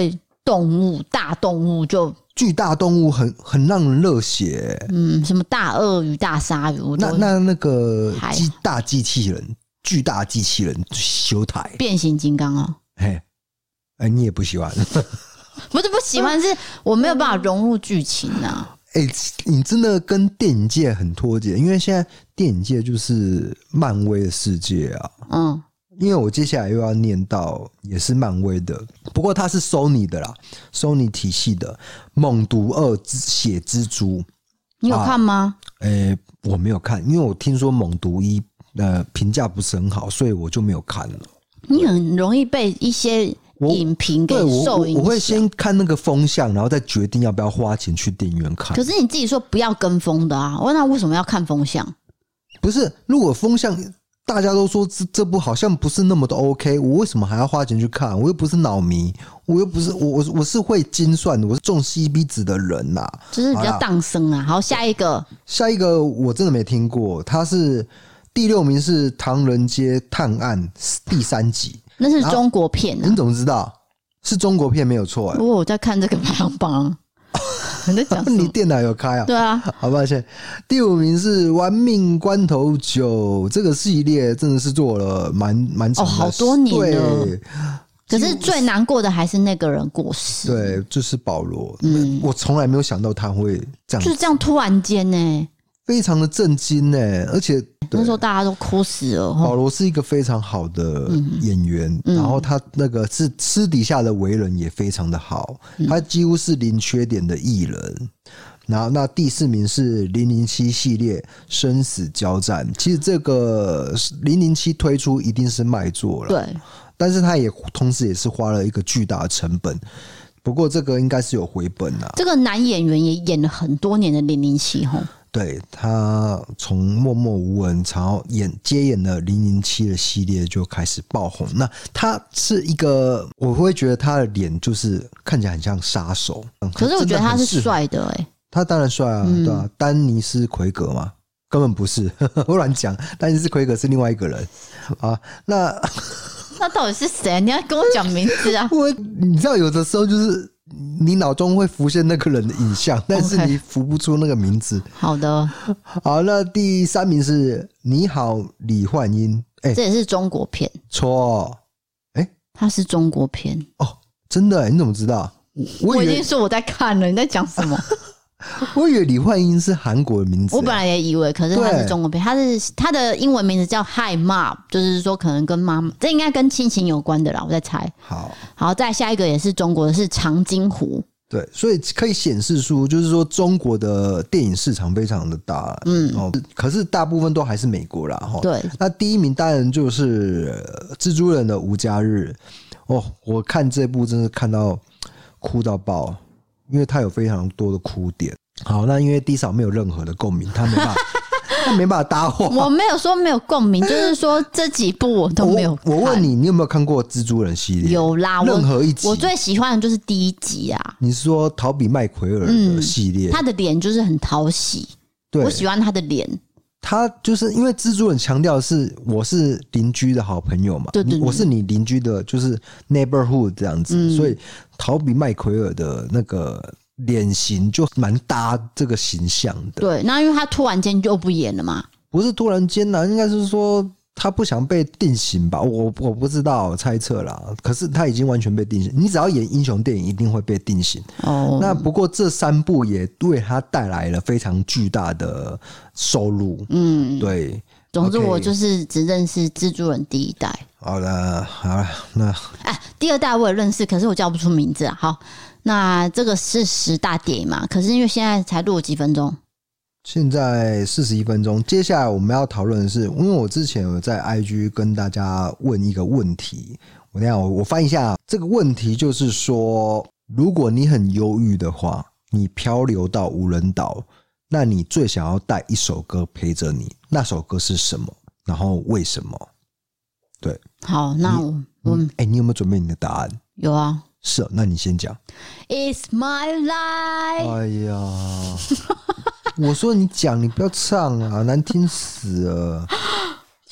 动物大动物就巨大动物很让人热血、 什么大鳄鱼、大鲨鱼， 那个大机器人、巨大机器人修台变形金刚哦。 你也不喜欢？ 不是不喜欢，是我没有办法融入剧情啊。 你真的跟电影界很脱节，因为现在电影界就是漫威的世界啊。因为我接下来又要念到也是漫威的，不过它是 Sony 的啦 ，Sony 体系的《猛毒2血蜘蛛》， 你有看吗？ 我没有看，因为我听说《猛毒1》评价不是很好，所以我就没有看了。 你很容易被一些影评给受影响。 我会先看那个风向，然后再决定要不要花钱去电影院看。 可是你自己说不要跟风的啊，那为什么要看风向？ 不是，如果风向大家都说这部好像不是那么的 OK， 我为什么还要花钱去看？我又不是脑迷，我又不是我是会精算的，我是重 CP 值的人呐、 就是比较荡生啊。好，下一个我真的没听过，它是第6名是《唐人街探案》第3集， 那是中国片啊。 你怎么知道？是中国片没有错我在看这个排行榜。你在讲什么？ 你电脑有开啊？ 对啊， 好抱歉。第5名是《玩命关头9》，这个系列真的是做了蛮长的好多年了。 对， 可是最难过的还是那个人过世。 对，就是保罗。我从来没有想到他会这样， 就是这样突然间呢， 非常的震惊呢，而且那时候大家都哭死了。 保罗是一个非常好的演员，然后他那个是私底下的为人也非常的好，他几乎是零缺点的艺人。然后那第4名是007系列生死交战，其实这个007推出一定是卖座了， 对， 但是他也同时也是花了一个巨大的成本。不过这个应该是有回本啊。 这个男演员也演了很多年的007吼。 对，他从默默无闻，然后接演了007的系列就开始爆红。那他是一个，我会觉得他的脸就是看起来很像杀手， 可是我觉得他是帅的他当然帅啊，对啊，丹尼斯奎格嘛，根本不是，我乱讲，丹尼斯奎格是另外一个人啊。那到底是谁？你要跟我讲名字啊！ 你知道有的时候就是你脑中会浮现那个人的影像，但是你浮不出那个名字。 好的， 好，那第3名是你好李焕英， 这也是中国片。 错， 它是中国片哦，真的？你怎么知道？ 我已经说我在看了，你在讲什么？ 我以为李焕英是韩国的名字， 我本来也以为，可是它是中国片，它的英文名字叫 Hi Mom， 就是说可能跟妈妈，这应该跟亲情有关的啦，我在猜。好，再下一个也是中国的，是长津湖。 对，所以可以显示出，就是说中国的电影市场非常的大，可是大部分都还是美国啦， 对。 那第1名当然就是蜘蛛人的无家日，我看这部真是看到哭到爆。因为他有非常多的哭点。好，那因为D嫂没有任何的共鸣，他没办法搭话。 我没有说没有共鸣，就是说这几部我都没有看。 我问你，你有没有看过蜘蛛人系列？ 有啦， 任何一集。 我最喜欢的就是第1集啊。 你是说陶比麦奎尔的系列？ 他的脸就是很讨喜，我喜欢他的脸。 他就是因为蜘蛛人强调的是我是邻居的好朋友嘛， 对， 我是你邻居的，就是 neighborhood 这样子，所以陶比麦奎尔的那个脸型就蛮搭这个形象的。 对，那因为他突然间就不演了嘛， 不是突然间啦，应该是说他不想被定型吧，我不知道，猜测啦。可是他已经完全被定型，你只要演英雄电影一定会被定型。那不过这3部也为他带来了非常巨大的收入。对。 总之我就是只认识蜘蛛人第1代。 好了，那第2代我也认识，可是我叫不出名字啊。好，那这个是10大电影嘛？可是因为现在才录了几分钟。 现在41分钟，接下来我们要讨论的是，因为我之前有在 IG 跟大家问一个问题，我翻一下这个问题，就是说，如果你很忧郁的话，你漂流到无人岛，那你最想要带一首歌陪着你，那首歌是什么？然后为什么？对， 好，那你有没有准备你的答案？ 有啊。 是，那你先讲。 It's my life。 哎呀。我说你讲，你不要唱啊，难听死了。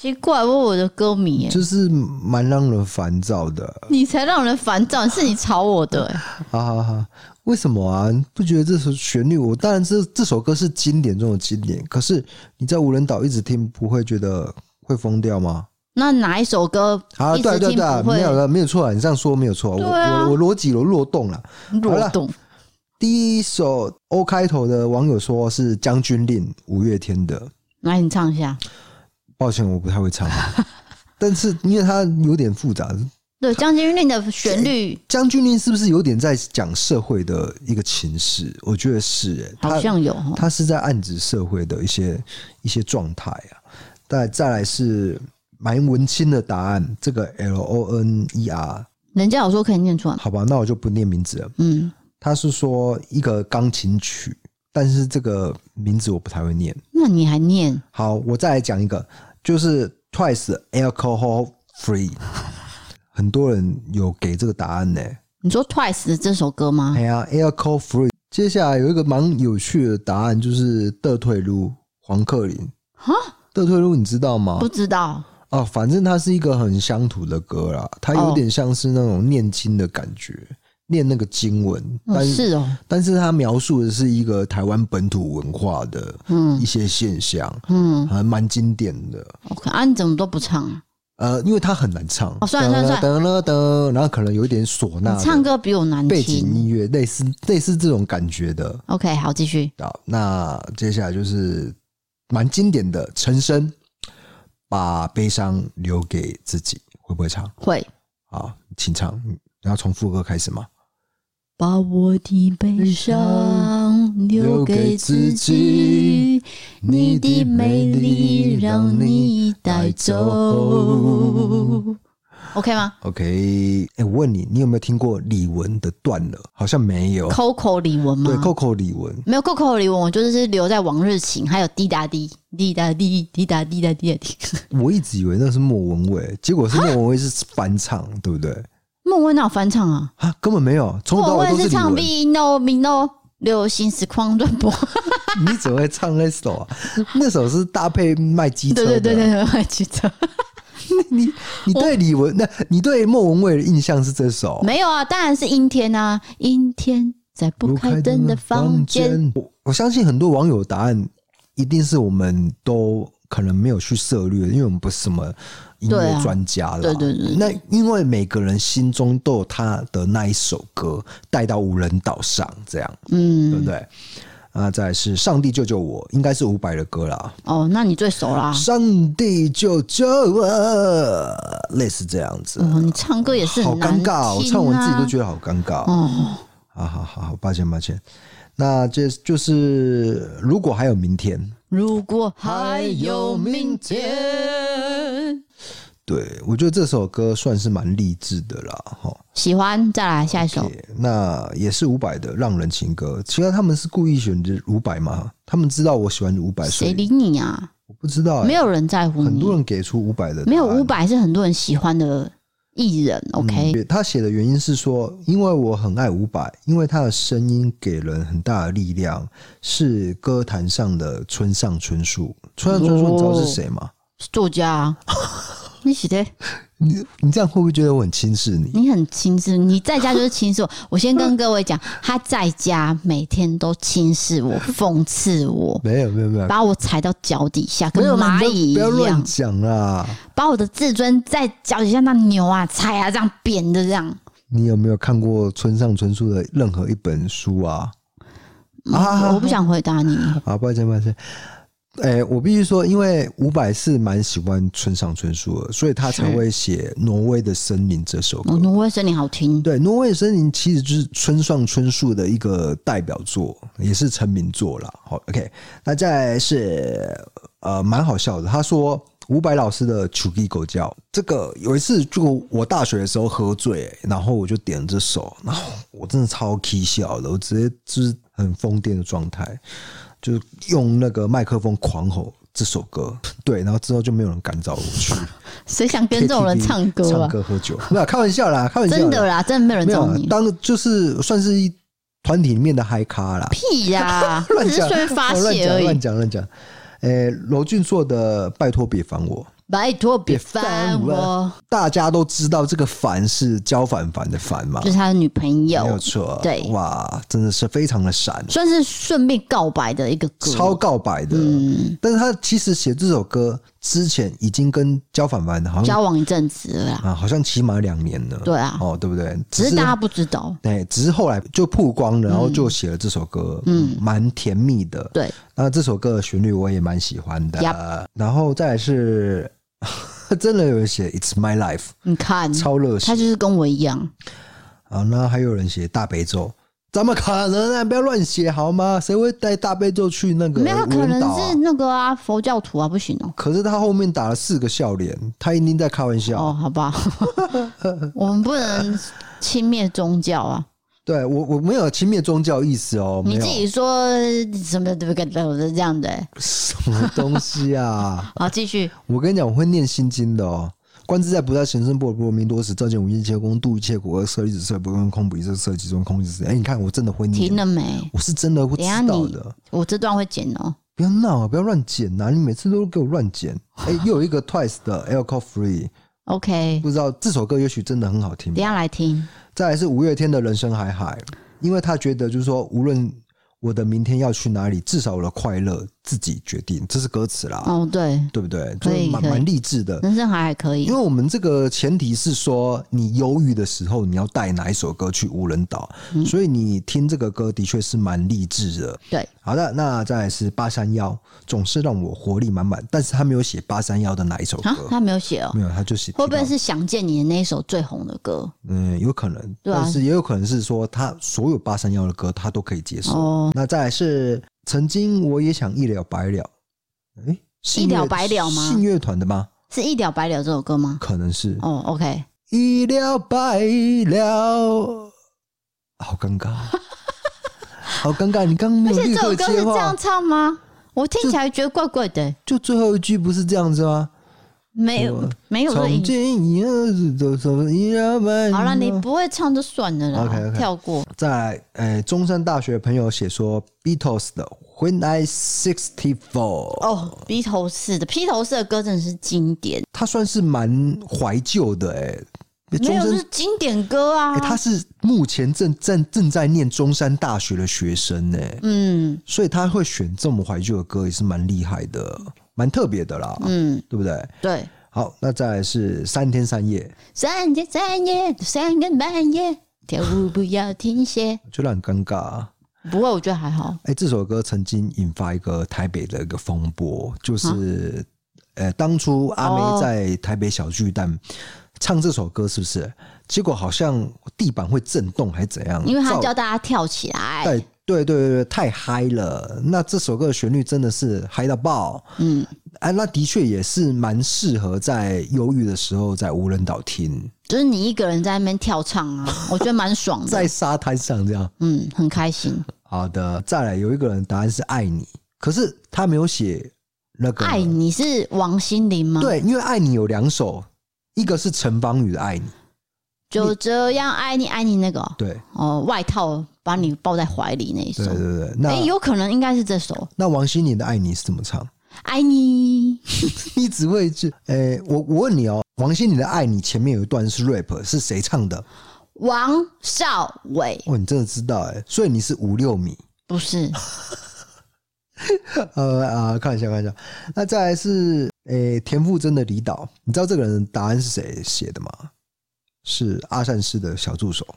奇怪，我的歌迷耶， 就是蛮让人烦躁的。 你才让人烦躁，是你吵我的耶。 哈，为什么啊？你不觉得这首旋律？我当然这首歌是经典中的经典，可是你在无人岛一直听，不会觉得会疯掉吗？ 那哪一首歌啊，对，没有错啊，你这样说没有错，我逻辑有漏洞了， 漏洞。 第一首 O 开头的网友说是《将军令》，五月天的， 来你唱一下。 抱歉，我不太会唱，但是因为它有点复杂。 对，《将军令》的旋律，《 将军令》是不是有点在讲社会的一个情势？我觉得是， 好像有， 他是在暗指社会的一些状态啊。再来是蛮文青的答案，这个 LONER， 人家有说可以念出来， 好吧，那我就不念名字了。他是说一个钢琴曲，但是这个名字我不太会念。 那你还念？ 好，我再来讲一个，就是 Twice Alcohol Free， 很多人有给这个答案呢。 你说 Twice 的这首歌吗？ 哎呀 ，Alcohol Free。接下来有一个蛮有趣的答案，就是德退路黄克林。哈，德退路你知道吗？ 不知道。 哦，反正它是一个很乡土的歌啦，它有点像是那种念经的感觉。念那个经文，但是它描述的是一个台湾本土文化的一些现象，还蛮经典的。 OK， 啊，你怎么都不唱？ 因为它很难唱。 哦，算了， 然后可能有一点唢呐， 唱歌比我难听。 背景音乐类似这种感觉的。 OK， 好，继续。 好，那接下来就是蛮经典的陈升，把悲伤留给自己，会不会唱？ 会。 好，请唱。然后从副歌开始吗？ 把我的悲伤留给自己，你的美丽让你带走。OK 吗 ？OK， 我问你，你有没有听过李玟的《断了》？好像没有。 Coco 李玟吗？ 对 ，Coco 李玟没有 Coco 李玟，我就是留在往日情，还有滴答滴滴答滴滴答滴答滴答滴。 我一直以为那是莫文蔚，结果是莫文蔚是翻唱，对不对？ 莫文蔚哪有翻唱啊？ 啊，根本没有，从头到尾都是李玟。莫文蔚是唱 Vino 流行实况转播。 你怎么会唱那首啊？那首是搭配卖机车的。 对，卖机车。 你对李玟，那你对莫文蔚的印象是这首？ 没有啊，当然是阴天啊，阴天在不开灯的房间。 我相信很多网友答案一定是我们都可能没有去涉猎，因为我们不是什么音乐专家啦。 对。 那因为每个人心中都有他的那一首歌带到无人岛上，这样，对不对？再来是上帝救救我，应该是伍佰的歌啦。 哦，那你最熟啦。 上帝救救我，类似这样子。 你唱歌也是很难听啊， 好尴尬，我唱完自己都觉得好尴尬。好，抱歉。那这就是如果还有明天。 如果还有明天。 对，我觉得这首歌算是蛮励志的啦， 喜欢，再来下一首。 那也是伍佰的《浪人情歌》，其实他们是故意选的伍佰吗？他们知道我喜欢伍佰， 谁理你啊？ 我不知道， 没有人在乎你， 很多人给出伍佰的， 没有，伍佰是很多人喜欢的艺人。OK， 他写的原因是说，因为我很爱伍佰，因为他的声音给人很大的力量，是歌坛上的村上春树。村上春树你知道是谁吗？ 作家啊。你是的， 你这样会不会觉得我很轻视你？ 你很轻视，你在家就是轻视我。我先跟各位讲，他在家每天都轻视我、讽刺我， 没有， 把我踩到脚底下，跟蚂蚁一样。 不要乱讲啦！ 把我的自尊在脚底下那牛啊、踩啊，这样扁的这样。 你有没有看过村上春树的任何一本书啊？ 我不想回答你。 好，抱歉。我必须说，因为伍佰是蛮喜欢村上春树的，所以他才会写《挪威的森林》这首歌。 挪威森林好听。对， 《挪威的森林》其实就是村上春树的一个代表作，也是成名作啦。好 ，OK， 那再来是蛮好笑的。他说伍佰老师的《楚地狗叫》，这个有一次就我大学的时候喝醉，然后我就点了这首，然后我真的超起笑的，我直接就是很疯癫的状态。就是用那个麦克风狂吼这首歌，对，然后之后就没有人敢找我去。 谁想跟这种人唱歌啊？ 唱歌喝酒，没有开玩笑啦， 真的啦，真的没有人找你。 当就是算是团体里面的嗨咖啦。 屁呀，只是顺便发泄而已。 乱讲。娄俊硕的《拜托别烦我》， 拜托别烦我。 大家都知道这个凡是焦凡凡的凡嘛， 就是他的女朋友， 没有错。 对， 哇，真的是非常的闪， 算是顺便告白的一个歌， 超告白的。但是他其实写这首歌之前已经跟焦凡凡好像交往一阵子了啦， 好像起码2年了。 对啊， 对不对？ 只是大家不知道， 对，只是后来就曝光了，然后就写了这首歌，蛮甜蜜的。 对， 那这首歌的旋律我也蛮喜欢的。然后再来是。真的有人写 It's My Life， 你看超热血， 他就是跟我一样。 好，那还有人写大悲咒，怎么可能啊？不要乱写好吗？谁会带大悲咒去那个无人岛啊？ 没有，他可能是那个啊佛教徒啊，不行哦。 可是他后面打了4个笑脸，他一定在开玩笑。 好吧，我们不能轻蔑宗教啊。 对，我没有轻蔑宗教意思哦。 你自己说什么对不对？这样的什么东西啊？ 好，继续。 我跟你讲，我会念心经的哦。观自在菩萨行深般若波罗蜜多时，照见五蕴一切空，度一切苦厄，舍利子舍不空，空不异色，色即中空即是。你看我真的会念。 停了没？ 我是真的会知道的。 我这段会剪哦。 不要闹啊！不要乱剪啊！你每次都给我乱剪。又有一个 Twice 的 Alcohol Free。OK， 不知道这首歌也许真的很好听。 等一下来听。再来是五月天的人生海海，因为他觉得就是说，无论我的明天要去哪里，至少我的快乐自己决定，这是歌词啦。对，对不对？就是蛮励志的。 人生海海可以， 因为我们这个前提是说，你忧郁的时候，你要带哪一首歌去无人岛，所以你听这个歌的确是蛮励志的。 对， 好的，那再来是831，总是让我活力满满，但是他没有写831的哪一首歌， 他没有写哦， 没有，他就写。 会不会是想见你的那一首最红的歌？ 有可能，对但是也有可能是说他所有831的歌他都可以接受。那再来是曾经我也想一了百了， 一了百了吗？ 信乐团的吗？ 是一了百了这首歌吗？ 可能是。 OK， 一了百了，好尴尬，好尴尬！你刚刚没有立刻接话。而且这首歌是这样唱吗？我听起来觉得怪怪的。 就最后一句不是这样子吗？ 没有这音。好了，你不会唱就算了啦。Okay. 跳过。 再来，中山大学的朋友写说 Beatles 的 When I 64。 披头士的歌真的是经典。 他算是蛮怀旧的没有是经典歌啊。 他是目前正在念中山大学的学生所以他会选这么怀旧的歌也是蛮厉害的。蛮特别的啦，对不对？ 对。 好，那再来是3天3夜 ，3天3夜，3更半夜，跳舞不要停歇， 觉得很尴尬啊。 不会，我觉得还好。 这首歌曾经引发一个台北的一个风波，就是当初阿妹在台北小巨蛋唱这首歌，是不是？结果好像地板会震动还是怎样？ 因为他叫大家跳起来。 对，太嗨了！那这首歌的旋律真的是嗨到爆，那的确也是蛮适合在忧郁的时候在无人岛听， 就是你一个人在那边跳唱啊，我觉得蛮爽的， 在沙滩上这样， 很开心。 好的，再来有一个人答案是爱你，可是他没有写那个爱你是王心凌吗？ 对，因为爱你有2首，一个是陈芳语的爱你。 就这样爱你，爱你那个对外套把你抱在怀里那一首， 对，那有可能应该是这首。 那王心凌的爱你是怎么唱？ 爱你， 你只会是我问你王心凌的爱你前面有一段是 rap， 是谁唱的？ 王少伟。 你真的知道所以你是5-6米？ 不是。 看一下。那再来是田馥甄的离岛，你知道这个人答案是谁写的吗？是阿善师的小助手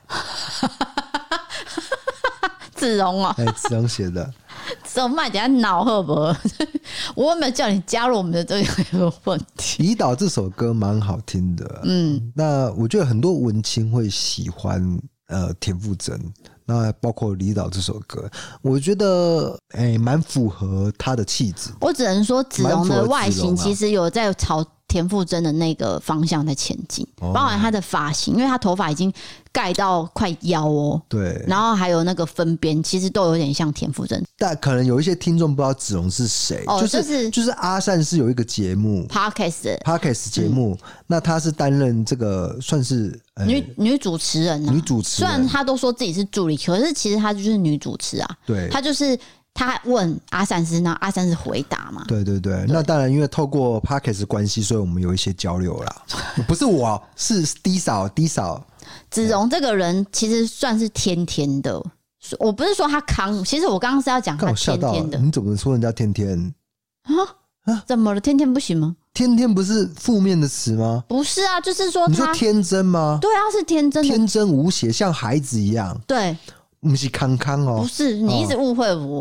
子荣子荣写的。 子荣卖等下脑会不会？我有没有叫你加入我们的这个问题？ 离岛这首歌蛮好听的，那我觉得很多文青会喜欢田馥甄，那包括离岛这首歌，我觉得蛮符合他的气质。 我只能说子荣的外形其实有在朝田馥甄的那个方向在前进，包含他的发型，因为他头发已经盖到快腰对， 然后还有那个分边，其实都有点像田馥甄。 但可能有一些听众不知道子荣是谁，就是阿善是有一个节目 Podcast 节目，那他是担任这个算是女主持人虽然他都说自己是助理，可是其实他就是女主持啊。 对， 他就是他问阿善师，然后阿善师回答嘛。 对对对，那当然，因为透过 Podcast 关系，所以我们有一些交流啦。不是我，是 D 嫂。 子荣这个人其实算是天天的，我不是说他康，其实我刚刚是要讲他天天的。 你怎么说人家天天啊？怎么了？天天不行吗？ 天天不是负面的词吗？ 不是啊，就是说你说天真吗？ 对啊，是天真的， 天真无邪，像孩子一样。 对， 不是康康哦， 不是，你一直误会我。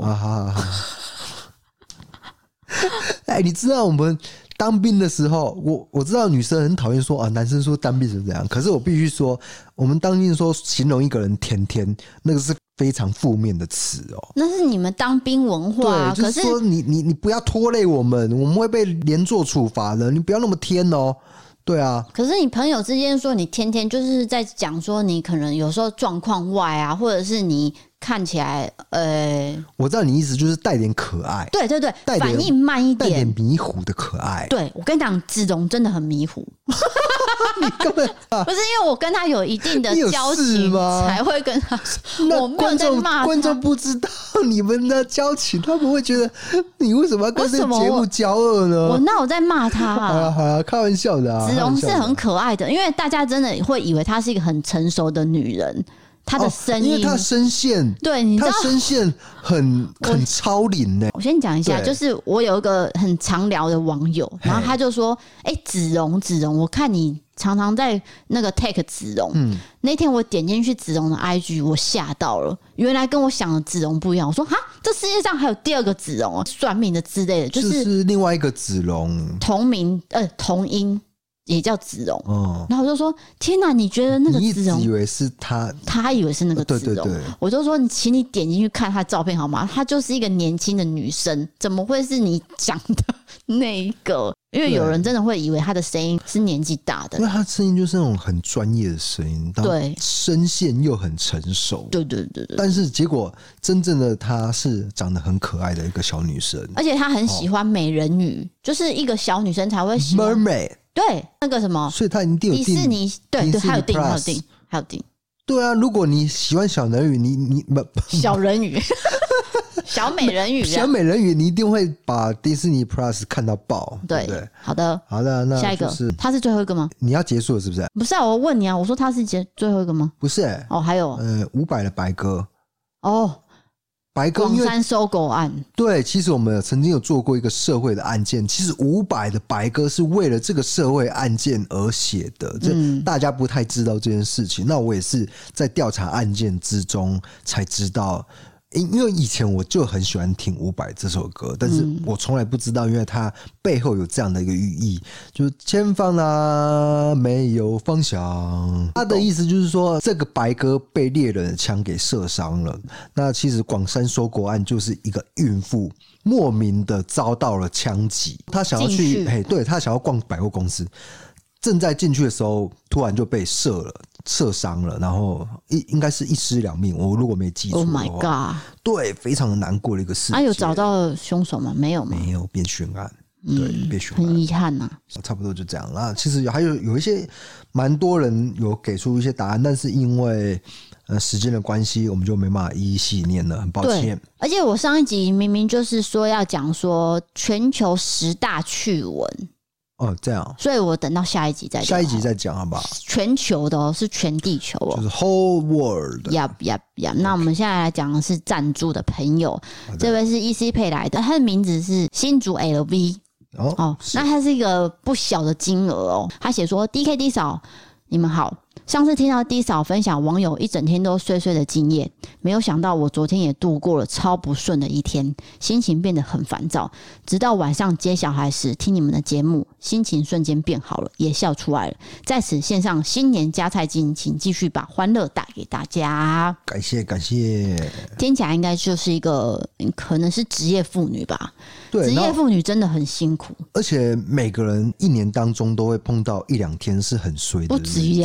哎，你知道我们当兵的时候，我知道女生很讨厌说啊，男生说当兵是这样，可是我必须说，我们当兵说形容一个人天天，那个是非常负面的词哦。 那是你们当兵文化啊， 对，就是说你不要拖累我们会被连坐处罚的，你不要那么天哦。对啊， 可是你朋友之间说你天天就是在讲说你可能有时候状况外啊，或者是你看起来我知道你意思就是带点可爱， 对对对，反应慢一点， 带点迷糊的可爱。 对，我跟你讲，子荣真的很迷糊。 你根本不是因为我跟他有一定的交情才会跟他说，我没有在骂他。 观众不知道你们的交情，他们会觉得你为什么要跟这个节目交恶呢？ 我哪有在骂他啊？ 好啦，开玩笑的啊。 子荣是很可爱的，因为大家真的会以为她是一个很成熟的女人。他的声音， 因为他声线， 对，你知道他声线很超龄呢。 我先讲一下，就是我有一个很常聊的网友，然后他就说：“子荣，我看你常常在那个 take 子荣。那天我点进去子荣的 IG， 我吓到了，原来跟我想的子荣不一样。我说：哈，这世界上还有第二个子荣哦，算命的之类的， 就是另外一个子荣， 同名同音。”也叫子荣，然后我就说：天哪，你觉得那个子荣？ 你以为是他， 他以为是那个子荣。对，我就说：请你点进去看他的照片好吗？她就是一个年轻的女生，怎么会是你讲的那一个？因为有人真的会以为她的声音是年纪大的， 因为她声音就是那种很专业的声音，对，声线又很成熟， 对。 但是结果真正的她是长得很可爱的一个小女生， 而且她很喜欢美人鱼，就是一个小女生才会喜欢 mermaid。 对，那个什么， 所以他一定有迪士尼，对，还有订。 对啊，如果你喜欢小人鱼，你小人鱼，小美人鱼， 小美人鱼，你一定会把迪士尼 Plus 看到爆，对不对？ 好的， 那下一个，他是最后一个吗？ 你要结束了是不是？ 不是啊，我问你啊，我说他是最后一个吗？ 不是， 还有 500的白鸽白鸽广山收购案， 对，其实我们曾经有做过一个社会的案件，其实500的白鸽是为了这个社会案件而写的，大家不太知道这件事情。那我也是在调查案件之中才知道。因为以前我就很喜欢听伍佰这首歌，但是我从来不知道，因为它背后有这样的一个寓意，就是前方啊没有方向。他的意思就是说，这个白鸽被猎人的枪给射伤了。那其实广山收购案就是一个孕妇莫名的遭到了枪击，他想要去，对，他想要逛百货公司。正在进去的时候，突然就被射伤了，然后应该是一尸两命。我如果没记错的话 ，Oh my god！ 对，非常的难过的一个事情。 有找到凶手吗？没有吗？ 没有，变悬案。对，变悬案， 很遗憾呐。 差不多就这样啦。其实还有一些蛮多人有给出一些答案，但是因为时间的关系，我们就没办法一一细念了，很抱歉。 而且我上一集明明就是说要讲说全球10大趣闻。 这样， 所以我等到下一集再讲， 下一集再讲好不好？ 全球的是全地球就是 whole world。 那我们现在来讲的是赞助的朋友，这位是 EC 配来的，他的名字是新竹 LV。那他是一个不小的金额哦。他写说 ：“DK 嫂，你们好。上次听到 D 嫂分享网友一整天都睡的经验，没有想到我昨天也度过了超不顺的一天，心情变得很烦躁。直到晚上接小孩时听你们的节目，心情瞬间变好了，也笑出来了。在此献上新年加菜金，请继续把欢乐带给大家。 感谢感谢。 听起来应该就是一个可能是职业妇女吧？对，职业妇女真的很辛苦， 而且每个人一年当中都会碰到1-2天是很衰的， 不止1-2天。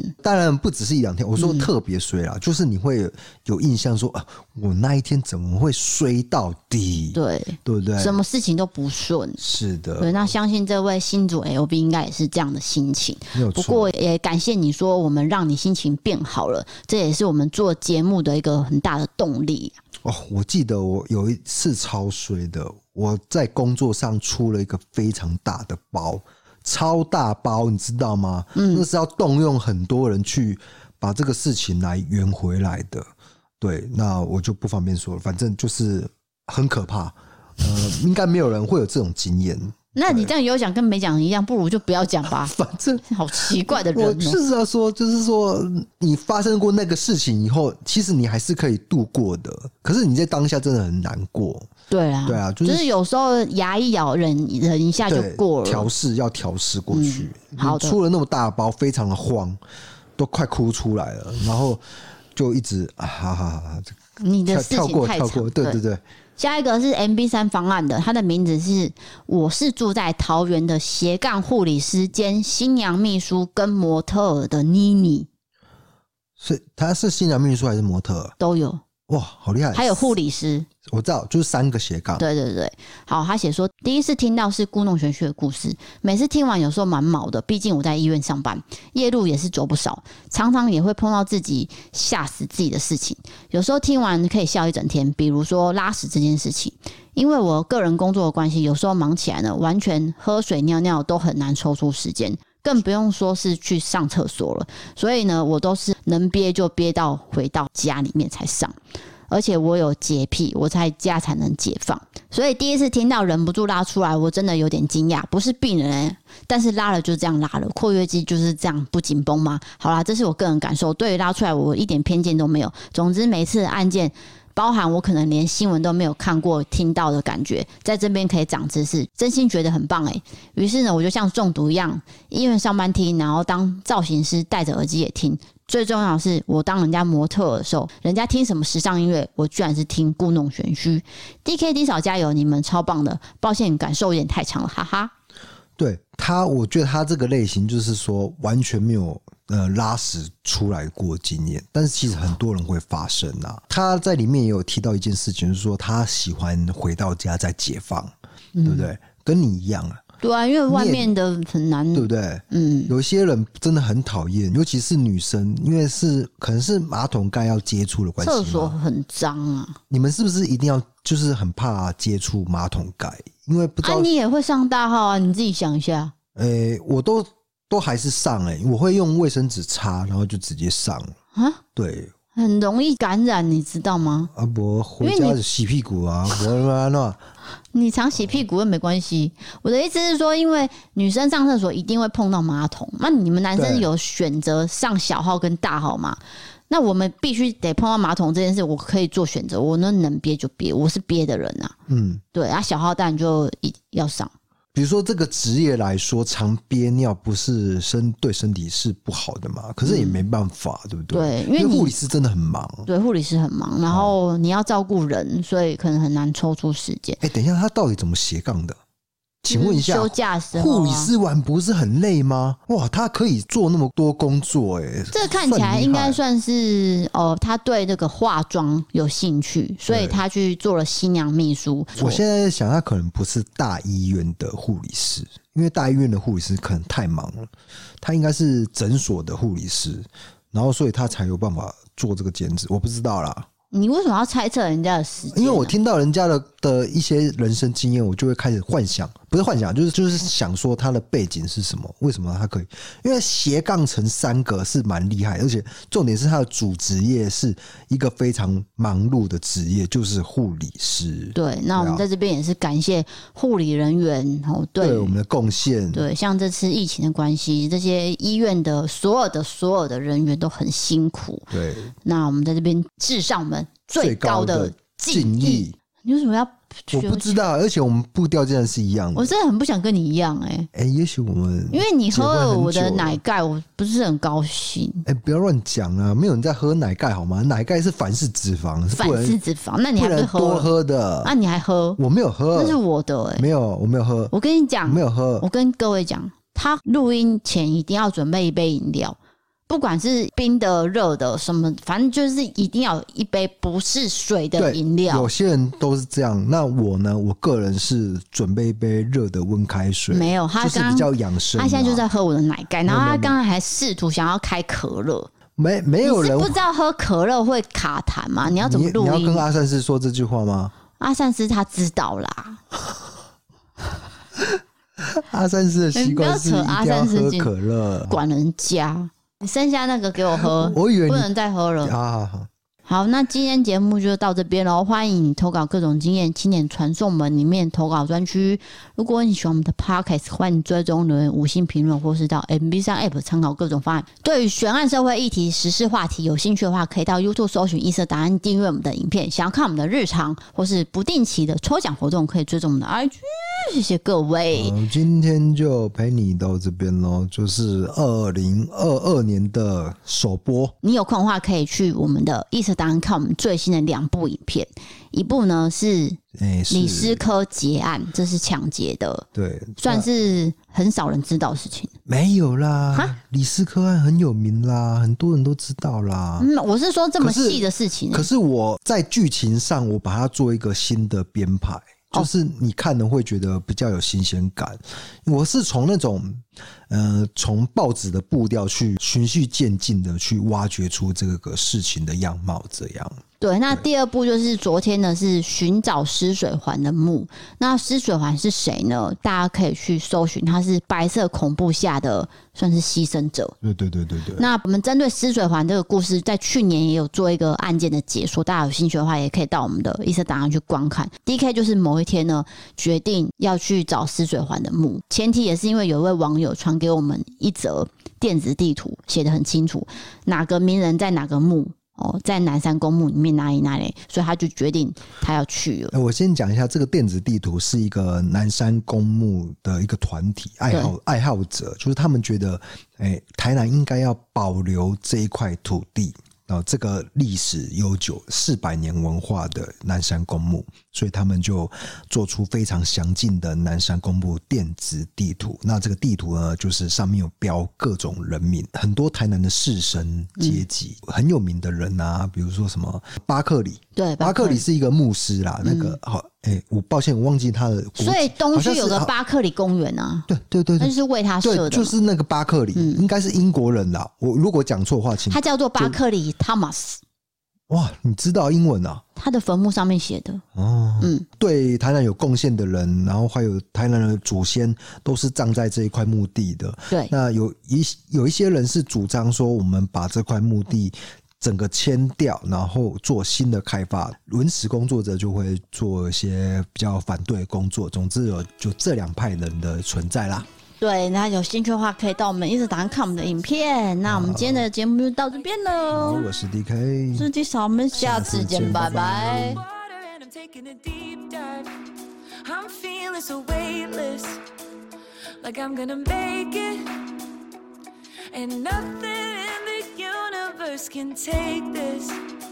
当然不只是1-2天，我说特别衰啦，就是你会有印象说我那一天怎么会衰到底？对不对？ 什么事情都不顺。 是的， 对。那相信这位新主 LB 应该也是这样的心情。 没有错。 不过也感谢你说我们让你心情变好了，这也是我们做节目的一个很大的动力。 我记得我有一次超衰的，我在工作上出了一个非常大的包，超大包，你知道吗？那是要动用很多人去把这个事情来圆回来的。对，那我就不方便说了，反正就是很可怕。应该没有人会有这种经验。 那你这样有讲跟没讲一样，不如就不要讲吧。 反正好奇怪的人我是要说，就是说你发生过那个事情以后，其实你还是可以度过的。可是你在当下真的很难过。 对啊，就是有时候牙一咬，忍一下就过了。 要调试过去。 好的。 出了那么大包，非常的慌，都快哭出来了，然后就一直你的事情太长。 跳过，对。 下一个是 MB3 方案的，他的名字是我是住在桃园的斜杠护理师兼新娘秘书跟模特儿的妮妮。 所以他是新娘秘书还是模特儿？ 都有。 哇，好厉害！ 还有护理师， 我知道，就是3个斜杠。 对，好，他写说第一次听到是故弄玄虚的故事，每次听完有时候蛮毛的，毕竟我在医院上班，夜路也是走不少，常常也会碰到自己吓死自己的事情。有时候听完可以笑一整天，比如说拉屎这件事情，因为我个人工作的关系，有时候忙起来呢，完全喝水尿尿都很难抽出时间。更不用说是去上厕所了，所以呢，我都是能憋就憋到回到家里面才上。而且我有洁癖，我在家才能解放。所以第一次听到忍不住拉出来，我真的有点惊讶。不是病人但是拉了就这样拉了，括约肌就是这样不紧绷吗？好啦，这是我个人感受，对于拉出来我一点偏见都没有。总之每次的案件，包含我可能连新闻都没有看过听到的感觉，在这边可以长知识，真心觉得很棒欸。于是呢，我就像中毒一样，医院上班听，然后当造型师戴着耳机也听。最重要的是，我当人家模特的时候，人家听什么时尚音乐，我居然是听故弄玄虚。DKD 嫂加油，你们超棒的！抱歉，感受有点太长了，哈哈。 对他，我觉得他这个类型就是说完全没有拉屎出来过经验，但是其实很多人会发生啊。他在里面也有提到一件事情，就是说他喜欢回到家再解放，对不对？跟你一样啊。 对啊，因为外面的很难， 对不对？有些人真的很讨厌，尤其是女生，因为可能是马桶盖要接触的关系。 厕所很脏啊， 你们是不是一定要就是很怕接触马桶盖？因为不知道你也会上大号啊，你自己想一下。 我都还是上我会用卫生纸擦，然后就直接上啊。对。 很容易感染，你知道吗？ 不回家就洗屁股啊， 你常洗屁股又没关系。我的意思是说，因为女生上厕所一定会碰到马桶，那你们男生有选择上小号跟大号吗？那我们必须得碰到马桶这件事，我可以做选择，我能憋就憋，我是憋的人啊。对啊，小号当然就要上。 比如说这个职业来说，常憋尿不是对身体是不好的嘛？可是也没办法，对不对？ 对，因为护理师真的很忙。 对，护理师很忙，然后你要照顾人，所以可能很难抽出时间。 等一下，他到底怎么斜杠的？请问一下， 休假的时候护理师完不是很累吗？哇，他可以做那么多工作这个看起来应该算是他对这个化妆有兴趣，所以他去做了新娘秘书。 我现在想，他可能不是大医院的护理师，因为大医院的护理师可能太忙了，他应该是诊所的护理师，然后所以他才有办法做这个兼职。我不知道啦。 你为什么要猜测人家的时间？ 因为我听到人家的一些人生经验，我就会开始幻想，不是幻想，就是想说他的背景是什么，为什么他可以？因为斜杠成3个是蛮厉害，而且重点是他的主职业是一个非常忙碌的职业，就是护理师。 对，那我们在这边也是感谢护理人员对我们的贡献。 对，像这次疫情的关系，这些医院的所有的人员都很辛苦。 对， 那我们在这边致上我们最高的敬意。你为什么要？ 我不知道，而且我们步调竟然是一样的。 我真的很不想跟你一样也许我们因为你喝了我的奶盖，我不是很高兴。 不要乱讲啊！没有人在喝奶盖好吗？奶盖是反式脂肪， 反式脂肪，那你还不喝？ 多喝的啊？你还喝？ 我没有喝， 那是我的没有，我没有喝。 我跟你讲， 没有喝。 我跟各位讲，他录音前一定要准备一杯饮料。 不管是冰的、热的，什么，反正就是一定要有一杯不是水的饮料。 有些人都是这样，那我呢？我个人是准备一杯热的温开水。 没有，他就是比较养生。 他现在就在喝我的奶盖，然后他刚刚还试图想要开可乐。 没有人， 你是不知道喝可乐会卡痰吗？你要怎么录音？ 你要跟阿善师说这句话吗？ 阿善师他知道啦。 阿善师的习惯是一定要喝可乐， 管人家。你剩下那个给我喝， 我以为不能再喝了啊。 好，那今天节目就到这边咯，欢迎你投稿各种经验，青年传送门里面投稿专区。如果你喜欢我们的 Podcast， 欢迎追踪留言、5星评论，或是到 MB3 App 参考各种方案。对于悬案、社会议题、时事话题有兴趣的话，可以到 YouTube 搜寻异色答案，订阅我们的影片。想要看我们的日常或是不定期的抽奖活动，可以追踪我们的 IG。谢谢各位， 今天就陪你到这边咯，就是2022年的首播。 你有空的话，可以去我们的异色答案看我们最新的2部影片。一部呢是李斯科结案，这是抢劫的， 对， 算是很少人知道的事情。 没有啦，李斯科案很有名啦，很多人都知道啦。 我是说这么细的事情。 可是我在剧情上，我把它做一个新的编排。就是你看了会觉得比较有新鲜感。我是从那种从报纸的步调去循序渐进的去挖掘出这个事情的样貌，这样。 对，那第2部就是昨天呢是寻找失水环的墓。那失水环是谁呢？大家可以去搜寻，他是白色恐怖下的算是牺牲者。 对。 那我们针对失水环这个故事，在去年也有做一个案件的解说，大家有兴趣的话，也可以到我们的异色档案去观看。DK 就是某一天呢，决定要去找失水环的墓，前提也是因为有一位网友传给我们一则电子地图，写得很清楚，哪个名人在哪个墓。在南山公墓里面哪里，所以他就决定他要去了。 我先讲一下，这个电子地图是一个南山公墓的一个团体爱好者，就是他们觉得，台南应该要保留这一块土地。这个历史悠久400年文化的南山公墓，所以他们就做出非常详尽的南山公墓电子地图。那这个地图呢，就是上面有标各种人名，很多台南的士绅阶级，很有名的人啊，比如说什么巴克里。 对， 巴克里是一个牧师啦，那个我抱歉，我忘记他的。 所以东区有个巴克里公园啊， 对，那就是为他设的， 就是那个巴克里，应该是英国人啦。我如果讲错话，请他叫做巴克里 Thomas。 哇，你知道英文啊？ 他的坟墓上面写的对台南有贡献的人，然后还有台南的祖先都是葬在这一块墓地的。 对， 那有一些人是主张说，我们把这块墓地整个迁掉，然后做新的开发，文史工作者就会做一些比较反对的工作。总之就这2派人的存在啦。 对，那有兴趣的话可以到我们异色档案看我们的影片。那我们今天的节目就到这边了。 我是 DK， 是D嫂，我们下次见，拜拜。 I'm feeling so weightless, like I'm gonna make it, and nothing in the universe can take this.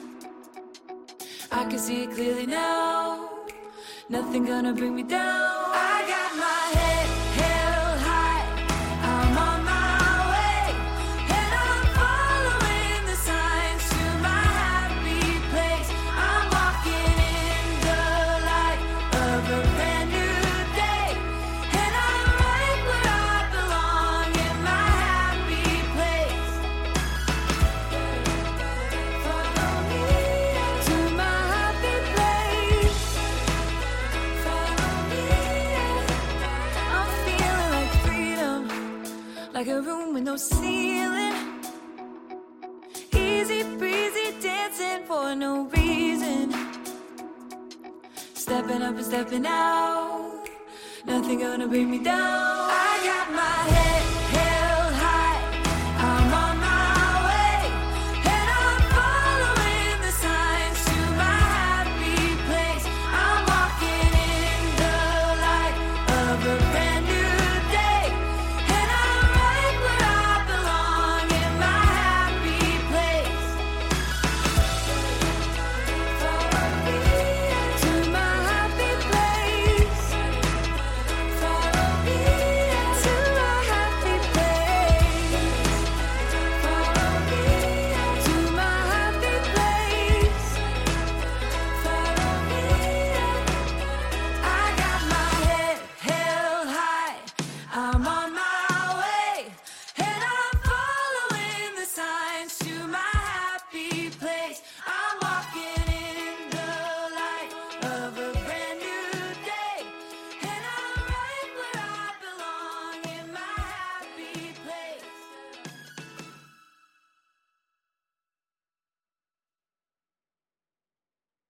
I can see it clearly now, nothing gonna bring me down. I got my head held high, I'm on my way, and I'm following the signs to my happy place. I'm walking in the light of a brand new day, and I'm right where I belong in my happy place. Follow me to my happy place. Follow me. I'm feeling like freedom, like a room with no ceiling. Easy breezy dancing for no reason. Stepping up and stepping out, nothing gonna bring me down. I got my head